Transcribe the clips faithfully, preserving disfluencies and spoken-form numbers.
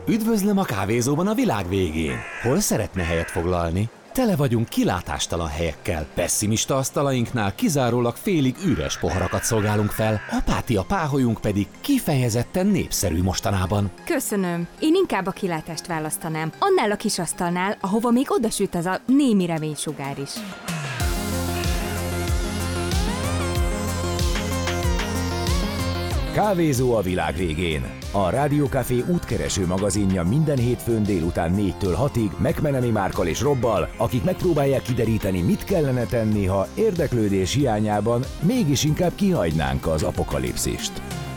Üdvözlöm a kávézóban a világ végén. Hol szeretne helyet foglalni? Tele vagyunk kilátástalan helyekkel. Pessimista asztalainknál kizárólag félig üres poharakat szolgálunk fel, apátia páholyunk pedig kifejezetten népszerű mostanában. Köszönöm. Én inkább a kilátást választanám. Annál a kis asztalnál, ahova még odasüt az a némi reménysugár is. Kávézó a világ végén. A Rádió Café útkereső magazinja minden hétfőn délután négytől hatig McMenemy Márkkal és Robbal, akik megpróbálják kideríteni, mit kellene tenni, ha érdeklődés hiányában mégis inkább kihagynánk az apokalipszist.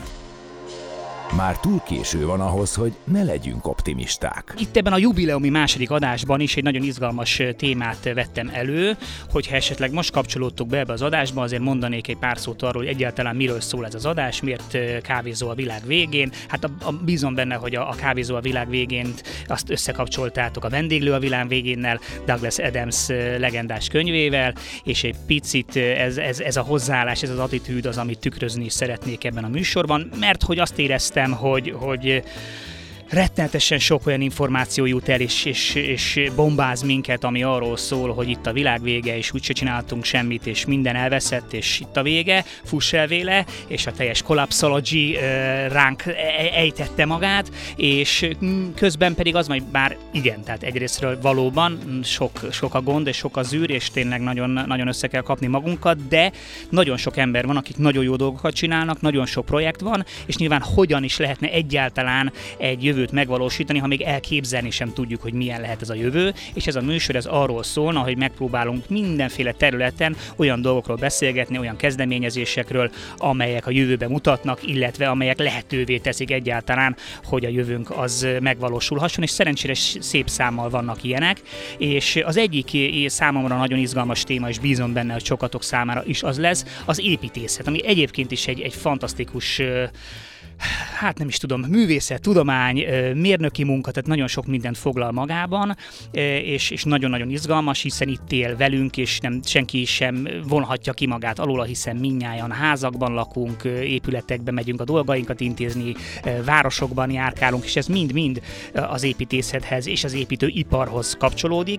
Már túl késő van ahhoz, hogy ne legyünk optimisták. Itt ebben a jubileumi második adásban is egy nagyon izgalmas témát vettem elő, hogyha esetleg most kapcsolódtuk be ebbe az adásba, azért mondanék egy pár szót arról, hogy egyáltalán miről szól ez az adás, miért kávézó a világ végén. Hát a, a, bízom benne, hogy a, a kávézó a világ végén azt összekapcsoltátok a vendéglő a világ végénnel, Douglas Adams legendás könyvével, és egy picit ez, ez, ez a hozzáállás, ez az attitűd az, amit tükrözni szeretnék ebben a műsorban, mert hogy azt éreztem, hogy, hogy rettenetesen sok olyan információ jut el, és, és, és bombáz minket, ami arról szól, hogy itt a világ vége, és úgyse csináltunk semmit, és minden elveszett, és itt a vége, fuss el véle, és a teljes collapsology ránk ejtette magát, és közben pedig az, hogy bár igen, tehát egyrésztről valóban sok, sok a gond, és sok az űr, és tényleg nagyon, nagyon össze kell kapni magunkat, de nagyon sok ember van, akik nagyon jó dolgokat csinálnak, nagyon sok projekt van, és nyilván hogyan is lehetne egyáltalán egy jövőt megvalósítani, ha még elképzelni sem tudjuk, hogy milyen lehet ez a jövő, és ez a műsor ez arról szólna, hogy megpróbálunk mindenféle területen olyan dolgokról beszélgetni, olyan kezdeményezésekről, amelyek a jövőbe mutatnak, illetve amelyek lehetővé teszik egyáltalán, hogy a jövőnk az megvalósulhasson, és szerencsére szép számmal vannak ilyenek, és az egyik számomra nagyon izgalmas téma, és bízom benne, hogy sokatok számára is az lesz, az építészet, ami egyébként is egy, egy fantasztikus hát nem is tudom, művészet, tudomány, mérnöki munka, tehát nagyon sok mindent foglal magában, és, és nagyon-nagyon izgalmas, hiszen itt él velünk, és nem, senki sem vonhatja ki magát alól, hiszen mindnyájan házakban lakunk, épületekben megyünk a dolgainkat intézni, városokban járkálunk, és ez mind-mind az építészethez és az építőiparhoz kapcsolódik.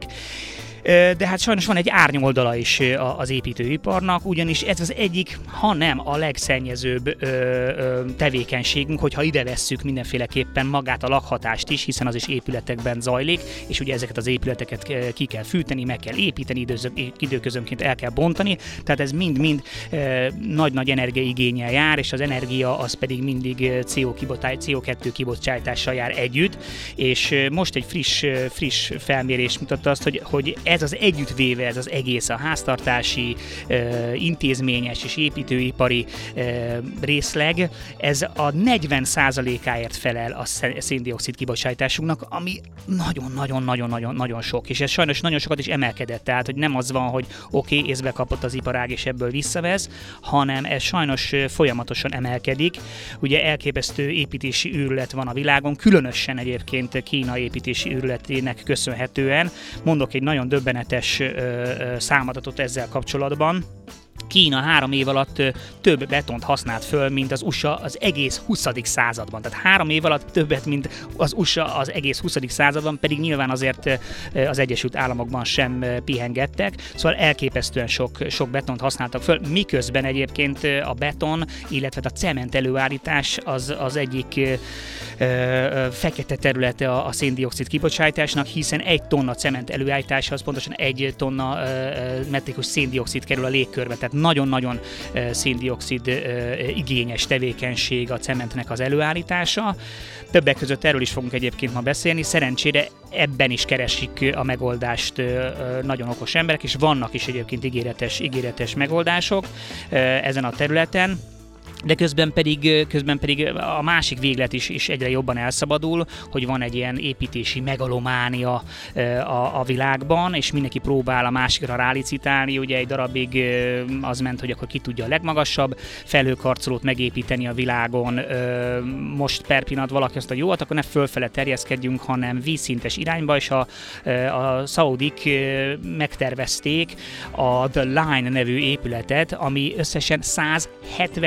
De hát sajnos van egy árnyoldala is az építőiparnak, ugyanis ez az egyik, ha nem a legszennyezőbb tevékenységünk, hogyha ide vesszük mindenféleképpen magát a lakhatást is, hiszen az is épületekben zajlik, és ugye ezeket az épületeket ki kell fűteni, meg kell építeni, időközönként el kell bontani, tehát ez mind-mind nagy-nagy energiaigénnyel jár, és az energia az pedig mindig cé o kettő kibocsátással jár együtt, és most egy friss, friss felmérés mutatta azt, hogy, hogy ez az együttvéve, ez az egész a háztartási, intézményes és építőipari részleg, ez a negyven százalékáért felel a szén-dioxid kibocsátásunknak, ami nagyon-nagyon-nagyon-nagyon sok, és ez sajnos nagyon sokat is emelkedett, tehát hogy nem az van, hogy oké, okay, észbe kapott az iparág és ebből visszavesz, hanem ez sajnos folyamatosan emelkedik. Ugye elképesztő építési őrület van a világon, különösen egyébként Kína építési őrületének köszönhetően. Mondok egy nagyon döbbenetes számadatot ezzel kapcsolatban. Kína három év alatt több betont használt föl, mint az u es á az egész huszadik században. Tehát három év alatt többet, mint az u es á az egész huszadik században, pedig nyilván azért az Egyesült Államokban sem pihengettek. Szóval elképesztően sok, sok betont használtak föl, miközben egyébként a beton, illetve a cement előállítás az, az egyik ö, ö, fekete területe a, a szén-dioxid kibocsátásnak, hiszen egy tonna cement előállítása az pontosan egy tonna ö, metrikus szén-dioxid kerül a légkörbe. Tehát nagyon-nagyon szén-dioxid igényes tevékenység a cementnek az előállítása. Többek között erről is fogunk egyébként ma beszélni. Szerencsére ebben is keresik a megoldást nagyon okos emberek, és vannak is egyébként ígéretes, ígéretes megoldások ezen a területen. De közben pedig, közben pedig a másik véglet is, is egyre jobban elszabadul, hogy van egy ilyen építési megalománia a, a világban, és mindenki próbál a másikra rálicitálni. Ugye egy darabig az ment, hogy akkor ki tudja a legmagasabb felhőkarcolót megépíteni a világon. Most per pillanat valaki azt mondja, jó, hát akkor ne fölfele terjeszkedjünk, hanem vízszintes irányba, és a, a szaudik megtervezték a The Line nevű épületet, ami összesen száz hetven kilométer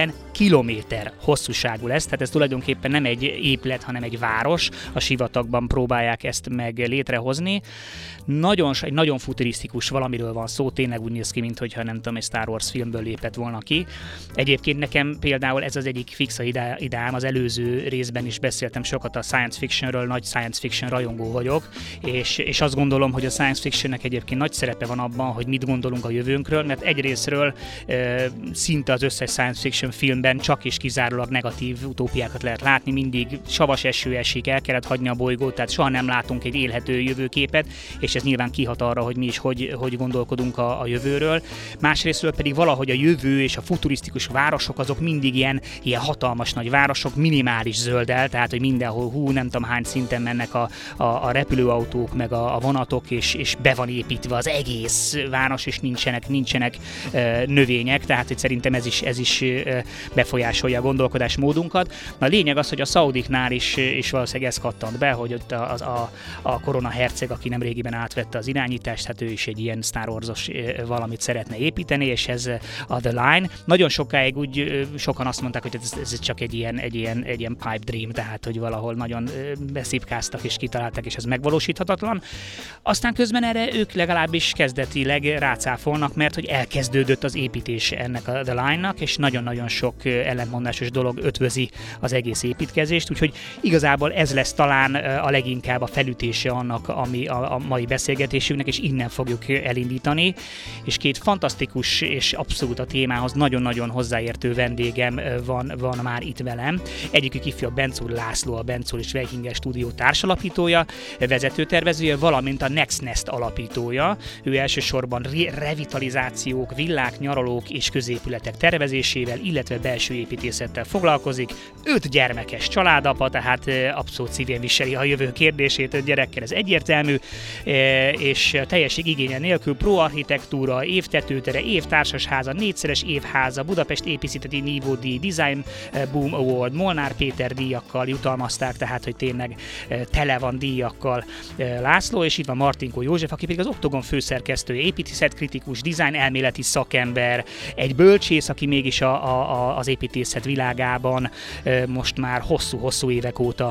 kilométer hosszúságú lesz, tehát ez tulajdonképpen nem egy épület, hanem egy város, a sivatagban próbálják ezt meg létrehozni. Nagyon, egy nagyon futurisztikus valamiről van szó, tényleg úgy néz ki, mintha nem tudom, egy Star Wars filmből lépett volna ki. Egyébként nekem például ez az egyik fixa ideám, az előző részben is beszéltem sokat a science fictionről, nagy science fiction rajongó vagyok, és, és azt gondolom, hogy a science fictionnek egyébként nagy szerepe van abban, hogy mit gondolunk a jövőnkről, mert egyrésztről e, szinte az összes science fiction filmben csak és kizárólag negatív utópiákat lehet látni, mindig savas eső esik, el kellett hagyni a bolygót, tehát soha nem látunk egy élhető jövőképet, és ez nyilván kihat arra, hogy mi is hogy, hogy gondolkodunk a, a jövőről. Másrésztről pedig valahogy a jövő és a futurisztikus városok azok mindig ilyen, ilyen hatalmas nagy városok, minimális zölddel, tehát hogy mindenhol hú, nem tudom hány szinten mennek a, a, a repülőautók, meg a, a vonatok, és, és be van építve az egész város, és nincsenek, nincsenek e, növények, tehát hogy szerintem ez is, ez is e, befolyásolja a gondolkodásmódunkat. Na, a lényeg az, hogy a szaudiknál is, is valószínűleg ez kattant be, hogy ott a, a, a korona herceg, aki nem régiben átvette az irányítást, hát ő is egy ilyen Star Wars-os valamit szeretne építeni, és ez a The Line. Nagyon sokáig úgy sokan azt mondták, hogy ez, ez csak egy ilyen, egy, ilyen, egy ilyen pipe dream, tehát hogy valahol nagyon beszipkáztak és kitalálták, és ez megvalósíthatatlan. Aztán közben erre ők legalábbis kezdetileg rácáfolnak, mert hogy elkezdődött az építés ennek a The Line-nak, és nagyon-nagyon sok ellentmondásos dolog ötvözi az egész építkezést, úgyhogy igazából ez lesz talán a leginkább a felütése annak, ami a, a mai beszélgetésünknek, és innen fogjuk elindítani, és két fantasztikus és abszolút a témához nagyon-nagyon hozzáértő vendégem van, van már itt velem. Egyikük ifjabb Bencúr László, a Bencúr és Weichinger Stúdió társalapítója, vezetőtervezője, valamint a Next Nest alapítója. Ő elsősorban re- revitalizációk, villák, nyaralók és középületek tervezésével, illetve belső építészettel foglalkozik. Öt gyermekes családapa, tehát abszolút szívén viseli a jövő kérdését, öt gyerekkel, ez egyértelmű, és teljesség igénye nélkül pro-architektúra, évtetőtere, évtársasháza, négyszeres évháza, Budapest építészeti nívódíj, Design Boom Award, Molnár Péter díjakkal jutalmazták, tehát hogy tényleg tele van díjakkal László, és itt van Martinkó József, aki pedig az Oktogon főszerkesztője, építészetkritikus, design elméleti szakember, egy bölcsész, aki mégis a, a, az építészet világában most már hosszú-hosszú évek óta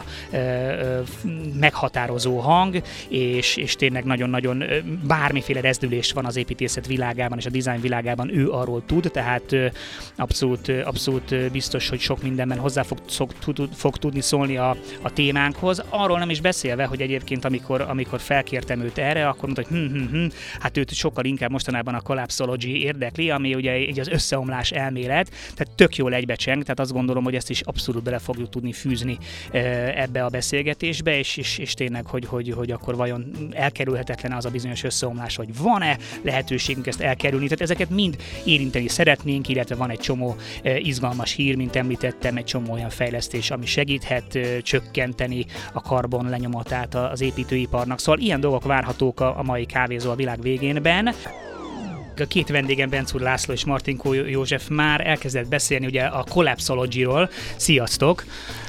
meghatározó hang, és, és tényleg nagyon-nagyon bármiféle rezdülés van az építészet világában és a design világában, ő arról tud, tehát abszolút, abszolút biztos, hogy sok mindenben hozzá fog, szok, tud, fog tudni szólni a, a témánkhoz. Arról nem is beszélve, hogy egyébként amikor, amikor felkértem őt erre, akkor mondta, hogy hm, hm, hm, hát őt sokkal inkább mostanában a collapsology érdekli, ami ugye egy az összeomlás elmélet, tehát tök jól egybecseng, tehát azt gondolom, hogy ezt is abszolút bele fogjuk tudni fűzni ebbe a beszélgetésbe, és, és, és tényleg, hogy, hogy, hogy akkor vajon elkerülhetetlen az a bizonyos összeomlás, vagy van-e lehetőségünk ezt elkerülni. Tehát ezeket mind érinteni szeretnénk, illetve van egy csomó izgalmas hír, mint említettem, egy csomó olyan fejlesztés, ami segíthet csökkenteni a karbon lenyomatát az építőiparnak. Szóval ilyen dolgok várhatók a, a mai Kávézó a világ végénben. A két vendégem, Bencúr László és Martinkó József már elkezdett beszélni ugye a collapsology-ról. Sziasztok!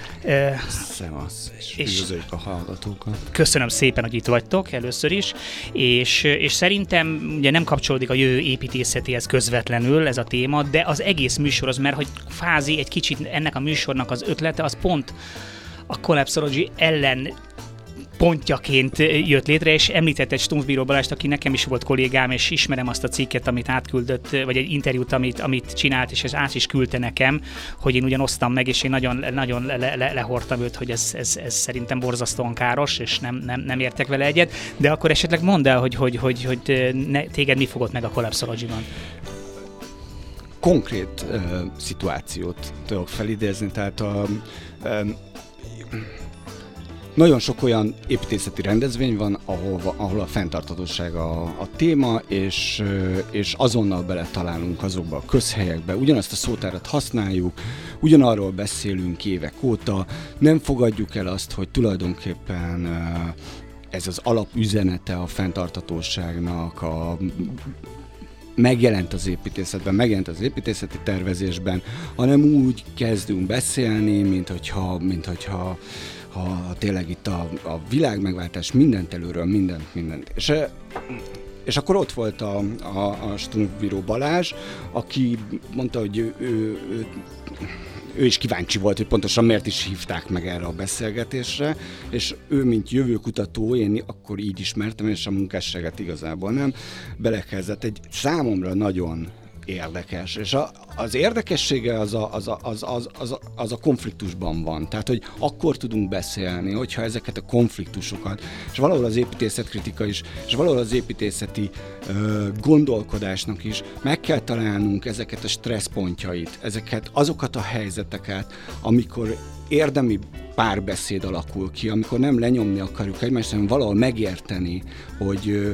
Szevasz, és üdvözöljük a hallgatókat. Köszönöm szépen, hogy itt vagytok először is, és, és szerintem ugye nem kapcsolódik a jövő építészetéhez közvetlenül ez a téma, de az egész műsorhoz, mert hogy fázi egy kicsit ennek a műsornak az ötlete, az pont a collapsology ellen pontjaként jött létre, és említett egy Stumpf-bíró Balást, aki nekem is volt kollégám, és ismerem azt a cikket, amit átküldött, vagy egy interjút, amit, amit csinált, és ez át is küldte nekem, hogy én ugyan osztam meg, és én nagyon, nagyon le, le, lehordtam őt, hogy ez, ez, ez szerintem borzasztóan káros, és nem, nem, nem értek vele egyet, de akkor esetleg mondd el, hogy, hogy, hogy, hogy ne, téged mi fogott meg a collapsology-ban? Konkrét uh, szituációt tudok felidézni, tehát a um, nagyon sok olyan építészeti rendezvény van, ahol, ahol a fenntarthatóság a, a téma, és, és azonnal beletalálunk azokba a közhelyekbe. Ugyanazt a szótárat használjuk, ugyanarról beszélünk évek óta, nem fogadjuk el azt, hogy tulajdonképpen ez az alapüzenete a fenntarthatóságnak, a megjelent az építészetben, megjelent az építészeti tervezésben, hanem úgy kezdünk beszélni, mint hogyha, mint hogyha ha tényleg itt a, a világ megváltás mindent előről, mindent, mindent. És, és akkor ott volt a, a, a Stumpf-bíró Balázs, aki mondta, hogy ő, ő, ő ő is kíváncsi volt, hogy pontosan miért is hívták meg erre a beszélgetésre, és ő, mint jövőkutató, én akkor így ismertem, és a munkásságet igazából nem, belekezdett egy számomra nagyon érdekes. És a, az érdekessége az a, az, a, az, az, az, a, az a konfliktusban van. Tehát, hogy akkor tudunk beszélni, hogyha ezeket a konfliktusokat, és valahol az építészetkritika is, és valahol az építészeti ö, gondolkodásnak is meg kell találnunk ezeket a stresszpontjait, ezeket, azokat a helyzeteket, amikor érdemi párbeszéd alakul ki, amikor nem lenyomni akarjuk egymást, hanem valahol megérteni, hogy ö,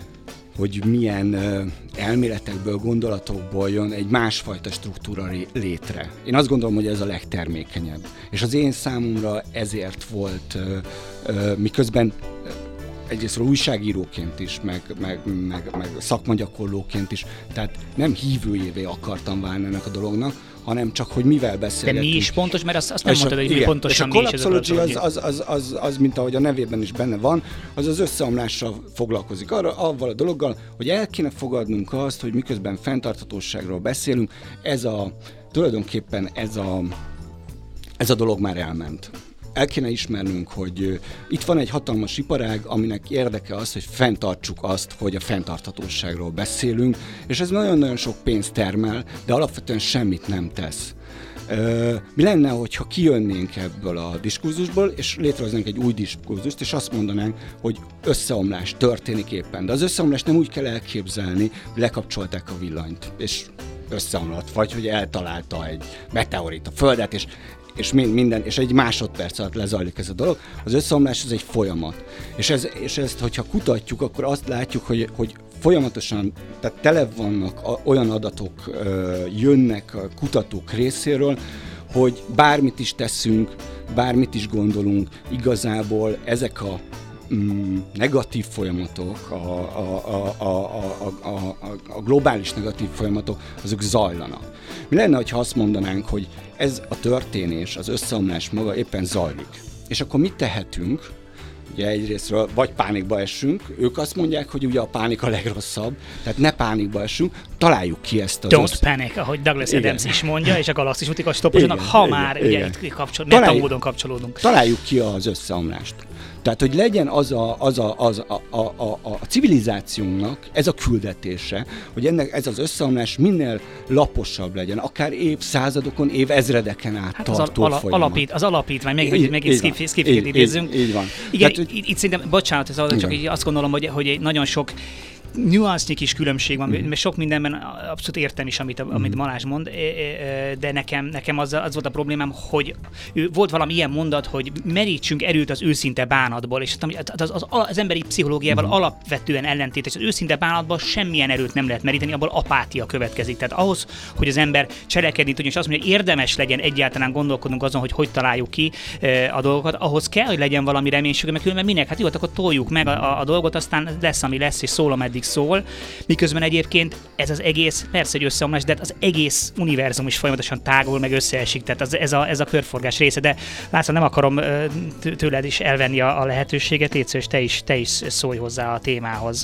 hogy milyen uh, elméletekből, gondolatokból jön egy másfajta struktúra létre. Én azt gondolom, hogy ez a legtermékenyebb. És az én számomra ezért volt, uh, uh, miközben uh, egyrészt újságíróként is, meg, meg, meg, meg szakmagyakorlóként is, tehát nem hívőjévé akartam válni ennek a dolognak, hanem csak, hogy mivel beszélgetünk. De mi is pontos, mert azt, azt nem mondtad, hogy mi pontosan mi is ez a collapsology az, az, az, az, az, mint ahogy a nevében is benne van, az az összeomlással foglalkozik. Arra, avval a dologgal, hogy el kéne fogadnunk azt, hogy miközben fenntarthatóságról beszélünk, ez a, tulajdonképpen ez a, ez a dolog már elment. El kéne ismernünk, hogy uh, itt van egy hatalmas iparág, aminek érdeke az, hogy fenntartsuk azt, hogy a fenntarthatóságról beszélünk, és ez nagyon-nagyon sok pénzt termel, de alapvetően semmit nem tesz. Uh, mi lenne, hogyha kijönnénk ebből a diskurzusból, és létrehoznánk egy új diskurzust, és azt mondanánk, hogy összeomlás történik éppen. De az összeomlást nem úgy kell elképzelni, hogy lekapcsolták a villanyt, és összeomlott, vagy hogy eltalálta egy meteorit a Földet, és és minden, és egy másodperc alatt lezajlik ez a dolog. Az összeomlás az egy folyamat. És, ez, és ezt, hogyha kutatjuk, akkor azt látjuk, hogy, hogy folyamatosan, tehát tele vannak a, olyan adatok ö, jönnek a kutatók részéről, hogy bármit is teszünk, bármit is gondolunk, igazából ezek a mm, negatív folyamatok, a, a, a, a, a, a, a globális negatív folyamatok, azok zajlanak. Mi lenne, ha azt mondanánk, hogy ez a történés, az összeomlás maga éppen zajlik. És akkor mit tehetünk? Ugye egyrésztről vagy pánikba essünk, ők azt mondják, hogy ugye a pánik a legrosszabb, tehát ne pánikba essünk, találjuk ki ezt az... Don't össze... panic, ahogy Douglas igen. Adams is mondja, és a galaxis utik a stopposanak, ha igen, már igen. Ugye itt kapcsol, metamódon kapcsolódunk. Találjuk ki az összeomlást. Tehát, hogy legyen az a, az a, az a, a, a, a civilizációnak ez a küldetése, hogy ennek ez az összeomlás minél laposabb legyen, akár évszázadokon, évezredeken át hát tartó az, al- folyamat. Alapít, az alapítvány, meg, hogy megint skiffiket idézzünk. Így, így van. Igen, Tehát, itt, itt szerintem, bocsánat, ez csak így azt gondolom, hogy, hogy nagyon sok nüansznyi kis különbség van, mm. mert sok mindenben abszolút értem is, amit, mm. amit Balázs mond, de nekem, nekem az, az volt a problémám, hogy volt valami ilyen mondat, hogy merítsünk erőt az őszinte bánatból, és az, az, az, az emberi pszichológiával mm. alapvetően ellentétes. Az őszinte bánatból semmilyen erőt nem lehet meríteni, abból apátia következik. Tehát ahhoz, hogy az ember cselekedni tudjon, és azt mondja, hogy érdemes legyen egyáltalán gondolkodnunk azon, hogy hogy találjuk ki a dolgokat, ahhoz kell, hogy legyen valami reménység, mert különben minek? Hát jó, akkor toljuk meg a, a, a dolgot, aztán lesz, ami lesz, és szól, ameddig szól, miközben egyébként ez az egész, persze, hogy összeomlás, de az egész univerzum is folyamatosan tágul, meg összeesik, tehát az, ez, a, ez a körforgás része, de László, nem akarom tőled is elvenni a, a lehetőséget, légy szíves, te is, te is szólj hozzá a témához.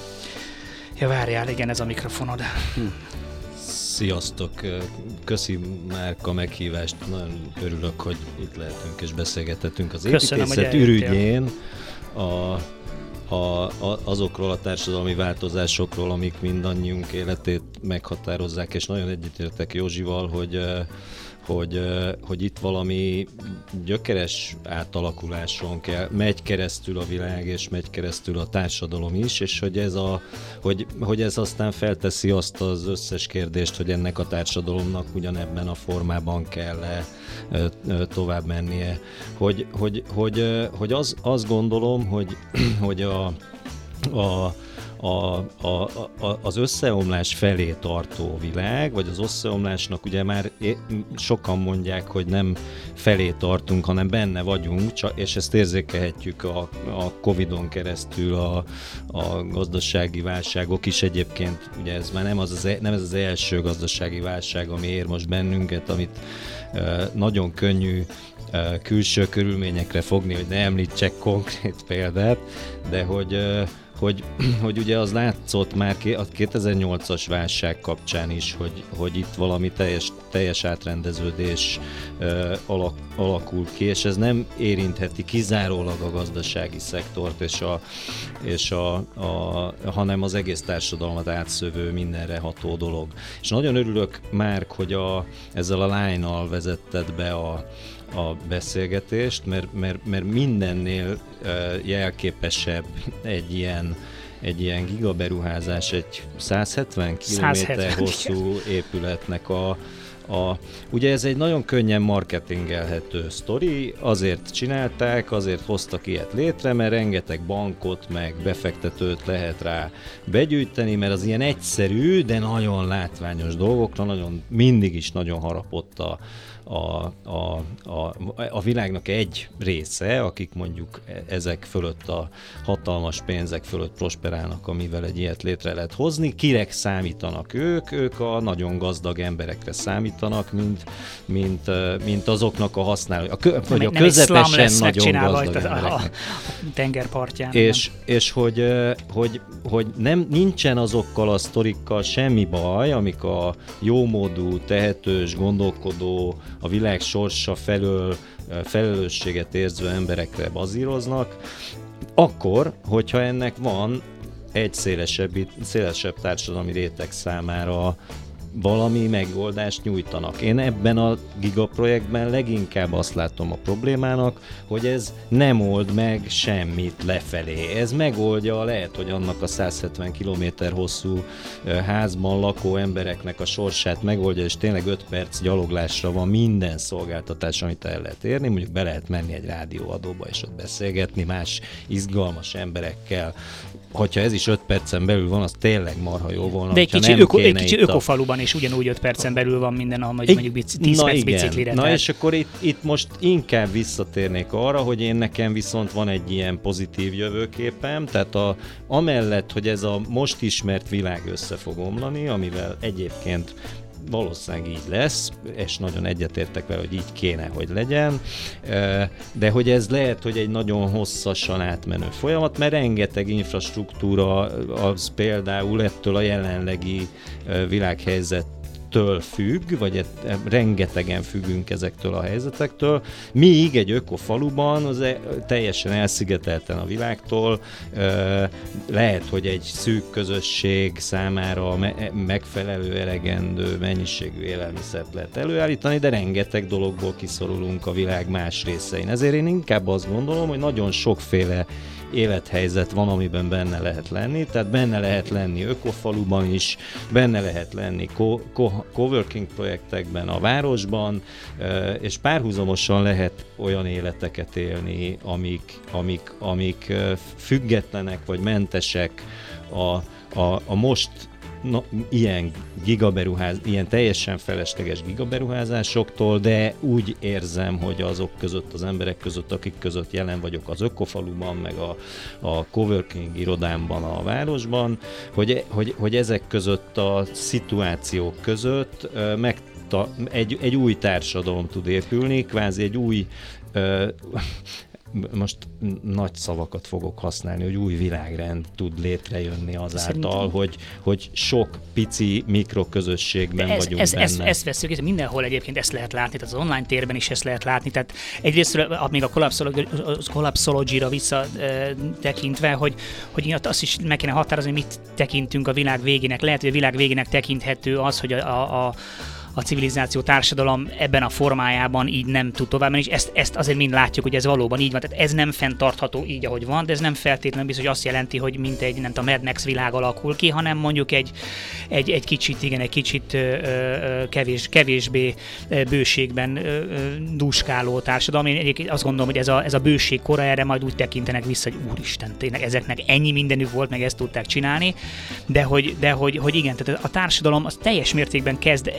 Ja, várjál, igen, ez a mikrofonod. Hm. Sziasztok! Köszi Márka meghívást, nagyon örülök, hogy itt lehetünk és beszélgethetünk az építészet ürügyén, a A, a, azokról a társadalmi változásokról, amik mindannyiunk életét meghatározzák, és nagyon egyetértek Józsival, hogy, hogy, hogy itt valami gyökeres átalakuláson kell, megy keresztül a világ, és megy keresztül a társadalom is, és hogy ez, a, hogy, hogy ez aztán felteszi azt az összes kérdést, hogy ennek a társadalomnak ugyanebben a formában kell tovább mennie. Hogy, hogy, hogy, hogy az, azt gondolom, hogy, hogy a, a A, a, a, az összeomlás felé tartó világ, vagy az összeomlásnak ugye már é, sokan mondják, hogy nem felé tartunk, hanem benne vagyunk, csak, és ezt érzékelhetjük a, a Covidon keresztül, a, a gazdasági válságok is egyébként, ugye ez már nem, az az, nem ez az első gazdasági válság, ami ér most bennünket, amit e, nagyon könnyű e, külső körülményekre fogni, hogy ne említsek konkrét példát, de hogy e, hogy, hogy ugye az látszott már a kétezer-nyolcas válság kapcsán is, hogy, hogy itt valami teljes, teljes átrendeződés uh, alak, alakul ki, és ez nem érintheti kizárólag a gazdasági szektort, és a, és a, a, hanem az egész társadalmat átszövő, mindenre ható dolog. És nagyon örülök, Márk, hogy a, ezzel a lánynal vezetted be a, a beszélgetést, mert, mert, mert mindennél uh, jelképesebb egy ilyen, egy ilyen gigaberuházás, egy száz hetven kilométer hosszú épületnek a, a... Ugye ez egy nagyon könnyen marketingelhető sztori, azért csinálták, azért hoztak ilyet létre, mert rengeteg bankot, meg befektetőt lehet rá begyűjteni, mert az ilyen egyszerű, de nagyon látványos dolgokra nagyon, mindig is nagyon harapott a A, a, a, a világnak egy része, akik mondjuk ezek fölött a hatalmas pénzek fölött prosperálnak, amivel egy ilyet létre lehet hozni. Kirek számítanak ők? Ők a nagyon gazdag emberekre számítanak, mint, mint, mint azoknak a használói, a kö, vagy a közepesen nagyon gazdag embereknek. A tengerpartján. És, és hogy, hogy, hogy nem, nincsen azokkal a sztorikkal semmi baj, amik a jómódú, tehetős, gondolkodó, a világ sorsa felől felelősséget érző emberekre bazíroznak, akkor, hogyha ennek van egy szélesebb, szélesebb társadalmi réteg számára valami megoldást nyújtanak. Én ebben a gigaprojektben leginkább azt látom a problémának, hogy ez nem old meg semmit lefelé. Ez megoldja, lehet, hogy annak a száz hetven kilométer hosszú házban lakó embereknek a sorsát megoldja, és tényleg öt perc gyaloglásra van minden szolgáltatás, amit el lehet érni. Mondjuk be lehet menni egy rádióadóba és ott beszélgetni más izgalmas emberekkel. Hogyha ez is öt percen belül van, az tényleg marha jó volna. De egy kicsi, öko, egy kicsi ökofaluban is ugyanúgy öt percen belül van minden, ahogy mondjuk tíz perc biciklire. Na és akkor itt, itt most inkább visszatérnék arra, hogy én nekem viszont van egy ilyen pozitív jövőképem, tehát a, amellett, hogy ez a most ismert világ össze fog omlani, amivel egyébként valószínűleg így lesz, és nagyon egyetértek vele, hogy így kéne, hogy legyen, de hogy ez lehet, hogy egy nagyon hosszasan átmenő folyamat, mert rengeteg infrastruktúra az például ettől a jelenlegi világhelyzet től függ, vagy et, rengetegen függünk ezektől a helyzetektől, míg egy ökofaluban az e, teljesen elszigetelten a világtól, e, lehet, hogy egy szűk közösség számára me, megfelelő, elegendő mennyiségű élelmiszert lehet előállítani, de rengeteg dologból kiszorulunk a világ más részein. Ezért én inkább azt gondolom, hogy nagyon sokféle élethelyzet van, amiben benne lehet lenni, tehát benne lehet lenni ökofaluban is, benne lehet lenni co- co- coworking projektekben a városban, és párhuzamosan lehet olyan életeket élni, amik, amik, amik függetlenek vagy mentesek a, a, a most na, ilyen gigaberuház, ilyen teljesen felesleges gigaberuházásoktól, de úgy érzem, hogy azok között, az emberek között, akik között jelen vagyok az ökofaluban, meg a, a coworking irodámban a városban, hogy, hogy, hogy ezek között a szituációk között meg, egy, egy új társadalom tud épülni, kvázi egy új most nagy szavakat fogok használni, hogy új világrend tud létrejönni azáltal, hogy, hogy sok pici mikroközösségben ez, vagyunk ez, benne. Ez, ezt veszük, ez mindenhol egyébként ezt lehet látni, tehát az online térben is ezt lehet látni, tehát egyrészt még a Collapsology-ra visszatekintve, hogy, hogy azt is meg kéne határozni, mit tekintünk a világ végének. Lehet, hogy a világ végének tekinthető az, hogy a, a, a a civilizáció, társadalom ebben a formájában így nem tud tovább menni, és ezt, ezt azért mind látjuk, hogy ez valóban így van. Tehát ez nem fenntartható így, ahogy van, de ez nem feltétlenül biztos, hogy azt jelenti, hogy mint egy, nem tudom, Mad Max világ alakul ki, hanem mondjuk egy, egy, egy kicsit, igen, egy kicsit ö, ö, kevés, kevésbé bőségben ö, duskáló társadalom. Én egyébként azt gondolom, hogy ez a, ez a bőség kora, erre majd úgy tekintenek vissza, hogy úristen, tényleg ezeknek ennyi mindenük volt, meg ezt tudták csinálni, de hogy, de hogy, hogy igen, tehát a társadalom az teljes mértékben kezd erre, erre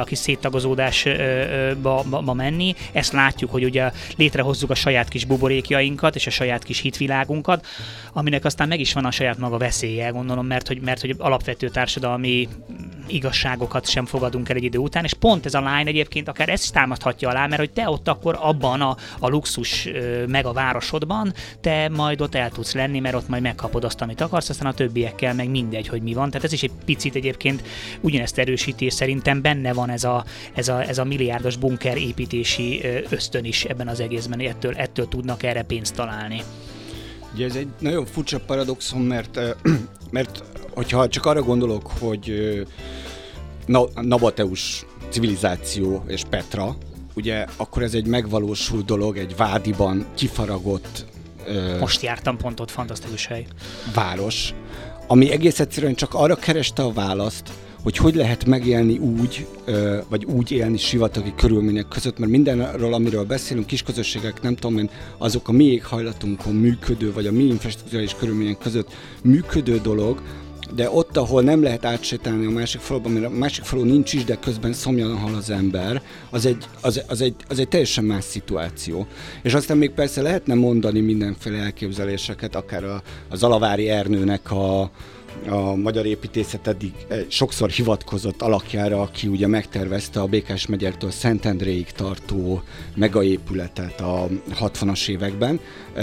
a kis széttagozódásba ba menni. Ezt látjuk, hogy ugye létrehozzuk a saját kis buborékjainkat és a saját kis hitvilágunkat, aminek aztán meg is van a saját maga veszélye, gondolom, mert hogy, mert hogy alapvető társadalmi igazságokat sem fogadunk el egy idő után, és pont ez a Line egyébként akár ezt is támaszthatja alá, mert hogy te ott akkor abban a, a luxus meg a városodban, te majd ott el tudsz lenni, mert ott majd megkapod azt, amit akarsz, aztán a többiekkel meg mindegy, hogy mi van. Tehát ez is egy picit egyébként ugyanezt erősíti, és szerintem benne van ez a, ez a, ez a milliárdos bunker építési ösztön is ebben az egészben, ettől, ettől tudnak erre pénzt találni. Ugye ez egy nagyon furcsa paradoxon, mert, mert hogyha csak arra gondolok, hogy na, Nabateus civilizáció és Petra, ugye akkor ez egy megvalósult dolog, egy Vádiban kifaragott most jártam pont ott, fantasztikus hely. Város, ami egész egyszerűen csak arra kereste a választ, hogy hogy lehet megélni úgy, vagy úgy élni sivatagi körülmények között, mert mindenről, amiről beszélünk, kisközösségek, nem tudom én, azok a mi éghajlatunkon működő, vagy a mi infrastrukturális körülmények között működő dolog, de ott, ahol nem lehet átsétálni a másik faluban, mert a másik falu nincs is, de közben szomjan hal az ember, az egy, az, az, egy, az egy teljesen más szituáció. És aztán még persze lehetne mondani mindenféle elképzeléseket, akár a, a Zalavári Ernőnek a, a magyar építészet eddig sokszor hivatkozott alakjára, aki ugye megtervezte a Békás-Megyertől Szentendréig tartó megaépületet a hatvanas években.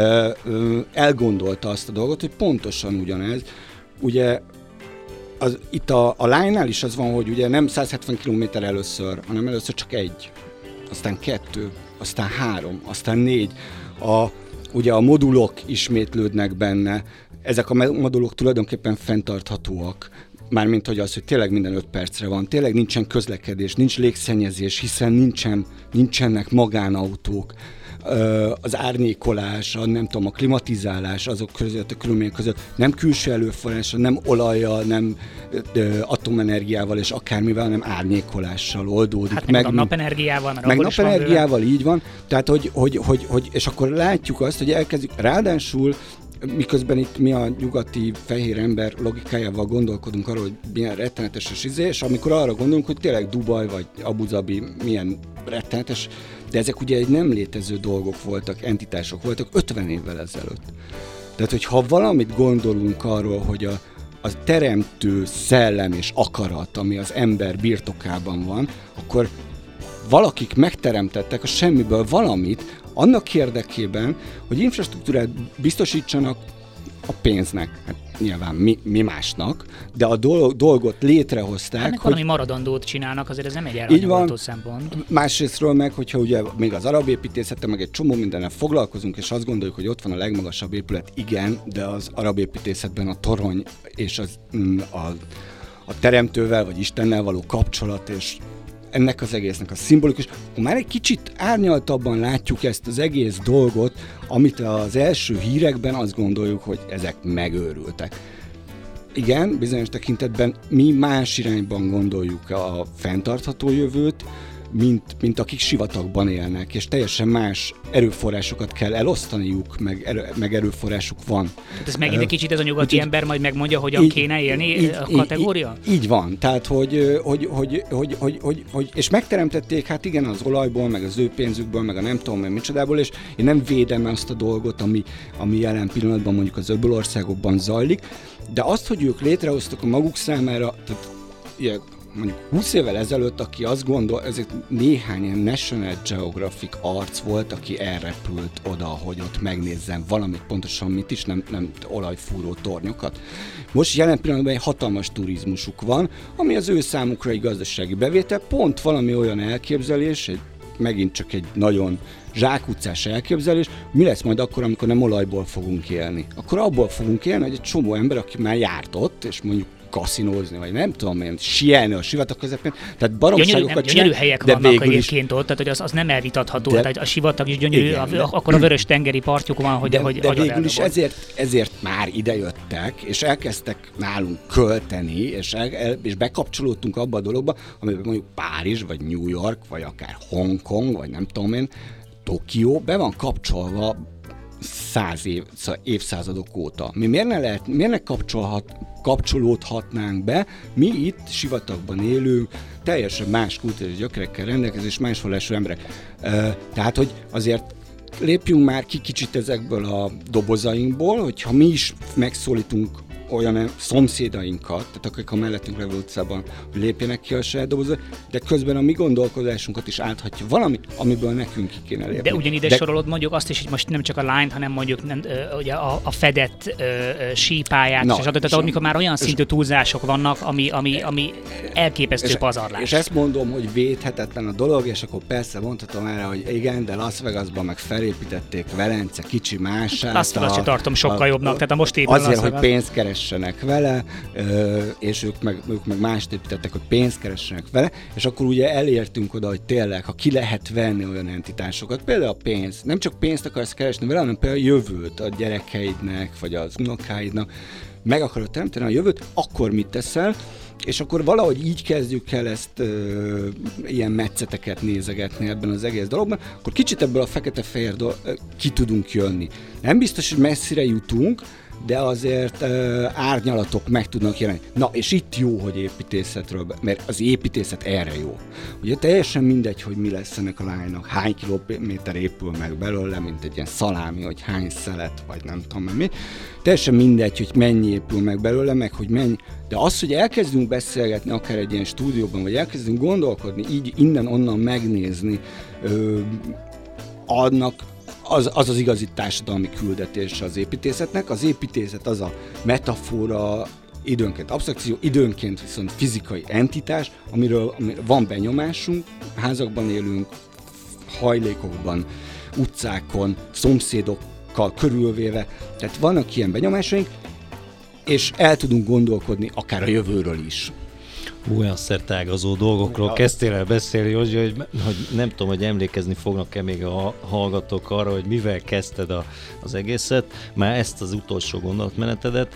Elgondolta azt a dolgot, hogy pontosan ugyanez. Ugye az, itt a, a Line-nál is az van, hogy ugye nem száz hetven kilométer először, hanem először csak egy, aztán kettő, aztán három, aztán négy. A, ugye a modulok ismétlődnek benne, ezek a modulok tulajdonképpen fenntarthatóak, mármint hogy az, hogy tényleg minden öt percre van, tényleg nincsen közlekedés, nincs légszennyezés, hiszen nincsen, nincsenek magánautók. Az árnyékolás, a, nem tudom, a klimatizálás azok között, a körülmények között nem külső előforrás, nem olajjal, nem ö, atomenergiával és akármivel, hanem árnyékolással oldódik. Hát meg, meg napenergiával, meg napenergiával, így van. Tehát, hogy, hogy, hogy, hogy, és akkor látjuk azt, hogy elkezdjük, ráadásul miközben itt mi a nyugati fehér ember logikájával gondolkodunk arról, hogy milyen rettenetes és izé, és amikor arra gondolunk, hogy tényleg Dubaj vagy Abu Dhabi milyen rettenetes, de ezek ugye egy nem létező dolgok voltak, entitások voltak ötven évvel ezelőtt. Tehát, hogyha valamit gondolunk arról, hogy a, a teremtő szellem és akarat, ami az ember birtokában van, akkor valakik megteremtettek a semmiből valamit, annak érdekében, hogy infrastruktúrát biztosítsanak a pénznek, hát nyilván mi, mi másnak, de a dolog, dolgot létrehozták. Hát meg valami maradandót csinálnak, azért ez nem egy elhanyagolható szempont. Másrésztről meg, hogyha ugye még az arab építészettel, meg egy csomó mindennel foglalkozunk, és azt gondoljuk, hogy ott van a legmagasabb épület, igen, de az arab építészetben a torony és az, a, a teremtővel, vagy Istennel való kapcsolat, és ennek az egésznek a szimbolikus, akkor már egy kicsit árnyaltabban látjuk ezt az egész dolgot, amit az első hírekben azt gondoljuk, hogy ezek megőrültek. Igen, bizonyos tekintetben mi más irányban gondoljuk a fenntartható jövőt, mint, mint akik sivatagban élnek, és teljesen más erőforrásokat kell elosztaniuk, meg, erő, meg erőforrásuk van. Hát ez megint egy kicsit ez a nyugati így, ember majd megmondja, hogyan így, kéne élni így, a kategória? Így, így van, tehát hogy, hogy, hogy, hogy, hogy, hogy, hogy, és megteremtették, hát igen, az olajból, meg az ő pénzükből, meg a nem tudom, meg micsodából, és én nem védem azt a dolgot, ami, ami jelen pillanatban mondjuk az öböl országokban zajlik, de azt, hogy ők létrehoztak a maguk számára, tehát ilyen, mondjuk húsz évvel ezelőtt, aki azt gondol, ezek néhány ilyen National Geographic arc volt, aki elrepült oda, hogy ott megnézzen valamit, pontosan mit is, nem, nem olajfúró tornyokat. Most jelen pillanatban egy hatalmas turizmusuk van, ami az ő számukra egy gazdasági bevétel, pont valami olyan elképzelés, egy, megint csak egy nagyon zsákutcás elképzelés, mi lesz majd akkor, amikor nem olajból fogunk élni. Akkor abból fogunk élni, hogy egy csomó ember, aki már járt ott, és mondjuk kaszinózni, vagy nem tudom én, sielni a sivatag közepén, tehát baromságokat csinál. Gyönyörű helyek vannak egyébként ott, tehát hogy az, az nem elvitatható, de, tehát a sivatag is gyönyörű, igen, de, akkor a vörös tengeri partjuk van, hogy de, hogy de végül is ezért, ezért már idejöttek, és elkezdtek nálunk költeni, és, el, és bekapcsolódtunk abba a dologba, amiben mondjuk Párizs, vagy New York, vagy akár Hongkong, vagy nem tudom én, Tokió be van kapcsolva száz év, szóval évszázadok óta. Mi miért ne, lehet, miért ne kapcsolhat, kapcsolódhatnánk be, mi itt sivatagban élünk, teljesen más kultúrás gyökerekkel rendelkező és más vallású emberek. Tehát, hogy azért lépjünk már ki kicsit ezekből a dobozainkból, hogyha mi is megszólítunk olyan szomszédainkat, tehát akik a mellettünk levő utcában, hogy lépjenek ki a saját dobozba, de közben a mi gondolkodásunkat is áthatja valami, amiből nekünk ki kéne lépni. De ugyanide de... sorolod mondjuk azt is, hogy most nem csak a Line, hanem mondjuk nem, ö, ugye a, a fedett ö, ö, sípályát, no, és adott, tehát amikor már olyan szintű túlzások vannak, ami, ami, ami elképesztő és, pazarlás. És ezt mondom, hogy védhetetlen a dolog, és akkor persze mondhatom erre, hogy igen, de Las Vegasban meg felépítették Velence kicsi mását. Las Vegas-t tartom sokkal a, jobbnak, tehát a most éppen azért, hogy pénzt keressenek vele, és ők meg, ők meg mást építettek, hogy pénzt keressenek vele, és akkor ugye elértünk oda, hogy tényleg, ha ki lehet venni olyan entitásokat, például a pénz, nem csak pénzt akarsz keresni vele, hanem például a jövőt a gyerekeidnek, vagy az unokáidnak, meg akarod teremteni a jövőt, akkor mit teszel, és akkor valahogy így kezdjük el ezt ö, ilyen metszeteket nézegetni ebben az egész dologban, akkor kicsit ebből a fekete-fehér do- ki tudunk jönni. Nem biztos, hogy messzire jutunk, de azért uh, árnyalatok meg tudnak jelenni. Na, és itt jó, hogy építészetről, mert az építészet erre jó. Ugye teljesen mindegy, hogy mi lesz ennek a lánynak, hány kilométer épül meg belőle, mint egy ilyen szalámi, hogy hány szelet, vagy nem tudom mi. Teljesen mindegy, hogy mennyi épül meg belőle, meg hogy mennyi. De az, hogy elkezdünk beszélgetni akár egy ilyen stúdióban, vagy elkezdünk gondolkodni, így innen-onnan megnézni, ö, annak Az, az az igazi társadalmi küldetés az építészetnek. Az építészet az a metafora, időnként absztrakció, időnként viszont fizikai entitás, amiről, amiről van benyomásunk, házakban élünk, hajlékokban, utcákon, szomszédokkal körülvéve, tehát vannak ilyen benyomásaink, és el tudunk gondolkodni akár a jövőről is. Olyan szertágazó dolgokról kezdtél el beszélni, hogy, hogy, hogy nem tudom, hogy emlékezni fognak-e még a hallgatók arra, hogy mivel kezdted a, az egészet, már ezt az utolsó gondolatmenetedet,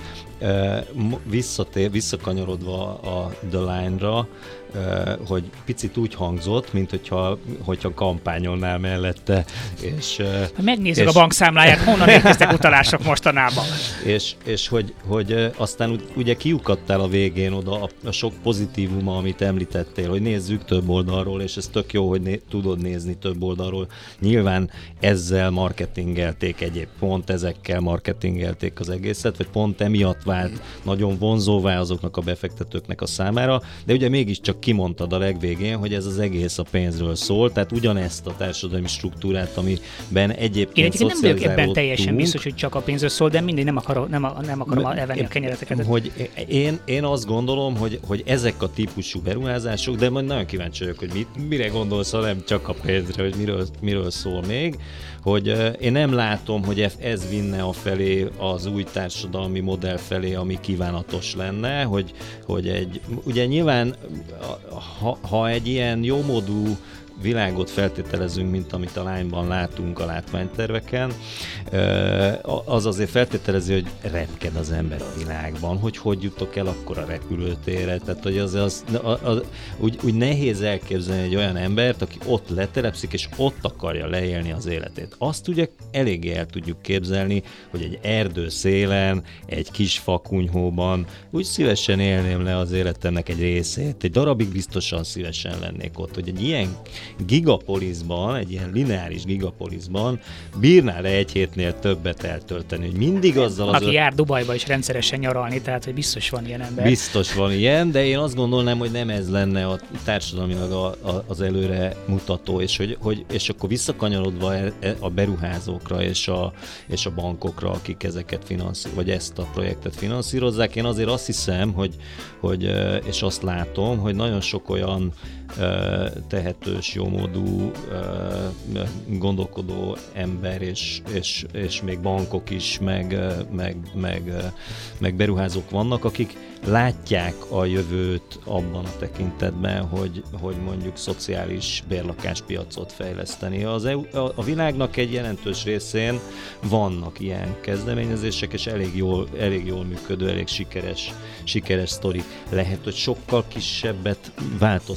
visszatér, visszakanyarodva a The Line-ra, hogy picit úgy hangzott, mint hogyha, hogyha kampányolnál mellette. És, megnézzük és, a bankszámláját, honnan érkeztek utalások mostanában. És, és hogy, hogy aztán ugye kiukadtál a végén oda a, a sok pozitívuma, amit említettél, hogy nézzük több oldalról, és ez tök jó, hogy né, tudod nézni több oldalról. Nyilván ezzel marketingelték egyéb, pont ezekkel marketingelték az egészet, vagy pont emiatt vált nagyon vonzóvá azoknak a befektetőknek a számára, de ugye mégiscsak kimondtad a legvégén, hogy ez az egész a pénzről szól, tehát ugyanezt a társadalmi struktúrát, amiben egyébként szocializálódtunk. Nem vagyok ebben teljesen biztos, hogy csak a pénzről szól, de mindig nem akarom, nem, a, nem akarom elvenni a kenyereteket. Hogy én, én azt gondolom, hogy, hogy ezek a típusú beruházások, de majd nagyon kíváncsi vagyok, hogy mit, mire gondolsz, ha nem csak a pénzre, hogy miről, miről szól még, hogy uh, én nem látom, hogy ez vinne a felé, az új társadalmi modell felé, ami kívánatos lenne, hogy, hogy egy, ugye nyilván ha, ha egy ilyen jómódú világot feltételezünk, mint amit a Line-ban látunk a látványterveken, az azért feltételezi, hogy repked az ember a világban, hogy hogy jutok el akkor a repülőtérre, tehát hogy az, az, az, az úgy, úgy nehéz elképzelni egy olyan embert, aki ott letelepszik, és ott akarja leélni az életét. Azt ugye eléggé el tudjuk képzelni, hogy egy erdő szélen, egy kis fakunyhóban úgy szívesen élném le az életemnek egy részét, egy darabig biztosan szívesen lennék ott, hogy egy ilyen gigapoliszban, egy ilyen lineáris gigapoliszban bírnál-e egy hétnél többet eltölteni, hogy mindig azzal az... Aki öt... jár Dubajba is rendszeresen nyaralni, tehát hogy biztos van ilyen ember. Biztos van ilyen, de én azt gondolnám, hogy nem ez lenne a társadalmilag a, a, az előre mutató, és, hogy, hogy, és akkor visszakanyarodva a beruházókra és a, és a bankokra, akik ezeket finanszírozzák, vagy ezt a projektet finanszírozzák, én azért azt hiszem, hogy, hogy és azt látom, hogy nagyon sok olyan tehetős, jómódú, gondolkodó ember, és, és, és még bankok is, meg, meg, meg, meg beruházók vannak, akik látják a jövőt abban a tekintetben, hogy, hogy mondjuk szociális bérlakáspiacot fejleszteni. Az E U, a, a világnak egy jelentős részén vannak ilyen kezdeményezések, és elég jól, elég jól működő, elég sikeres, sikeres sztori. Lehet, hogy sokkal kisebbet változtatnak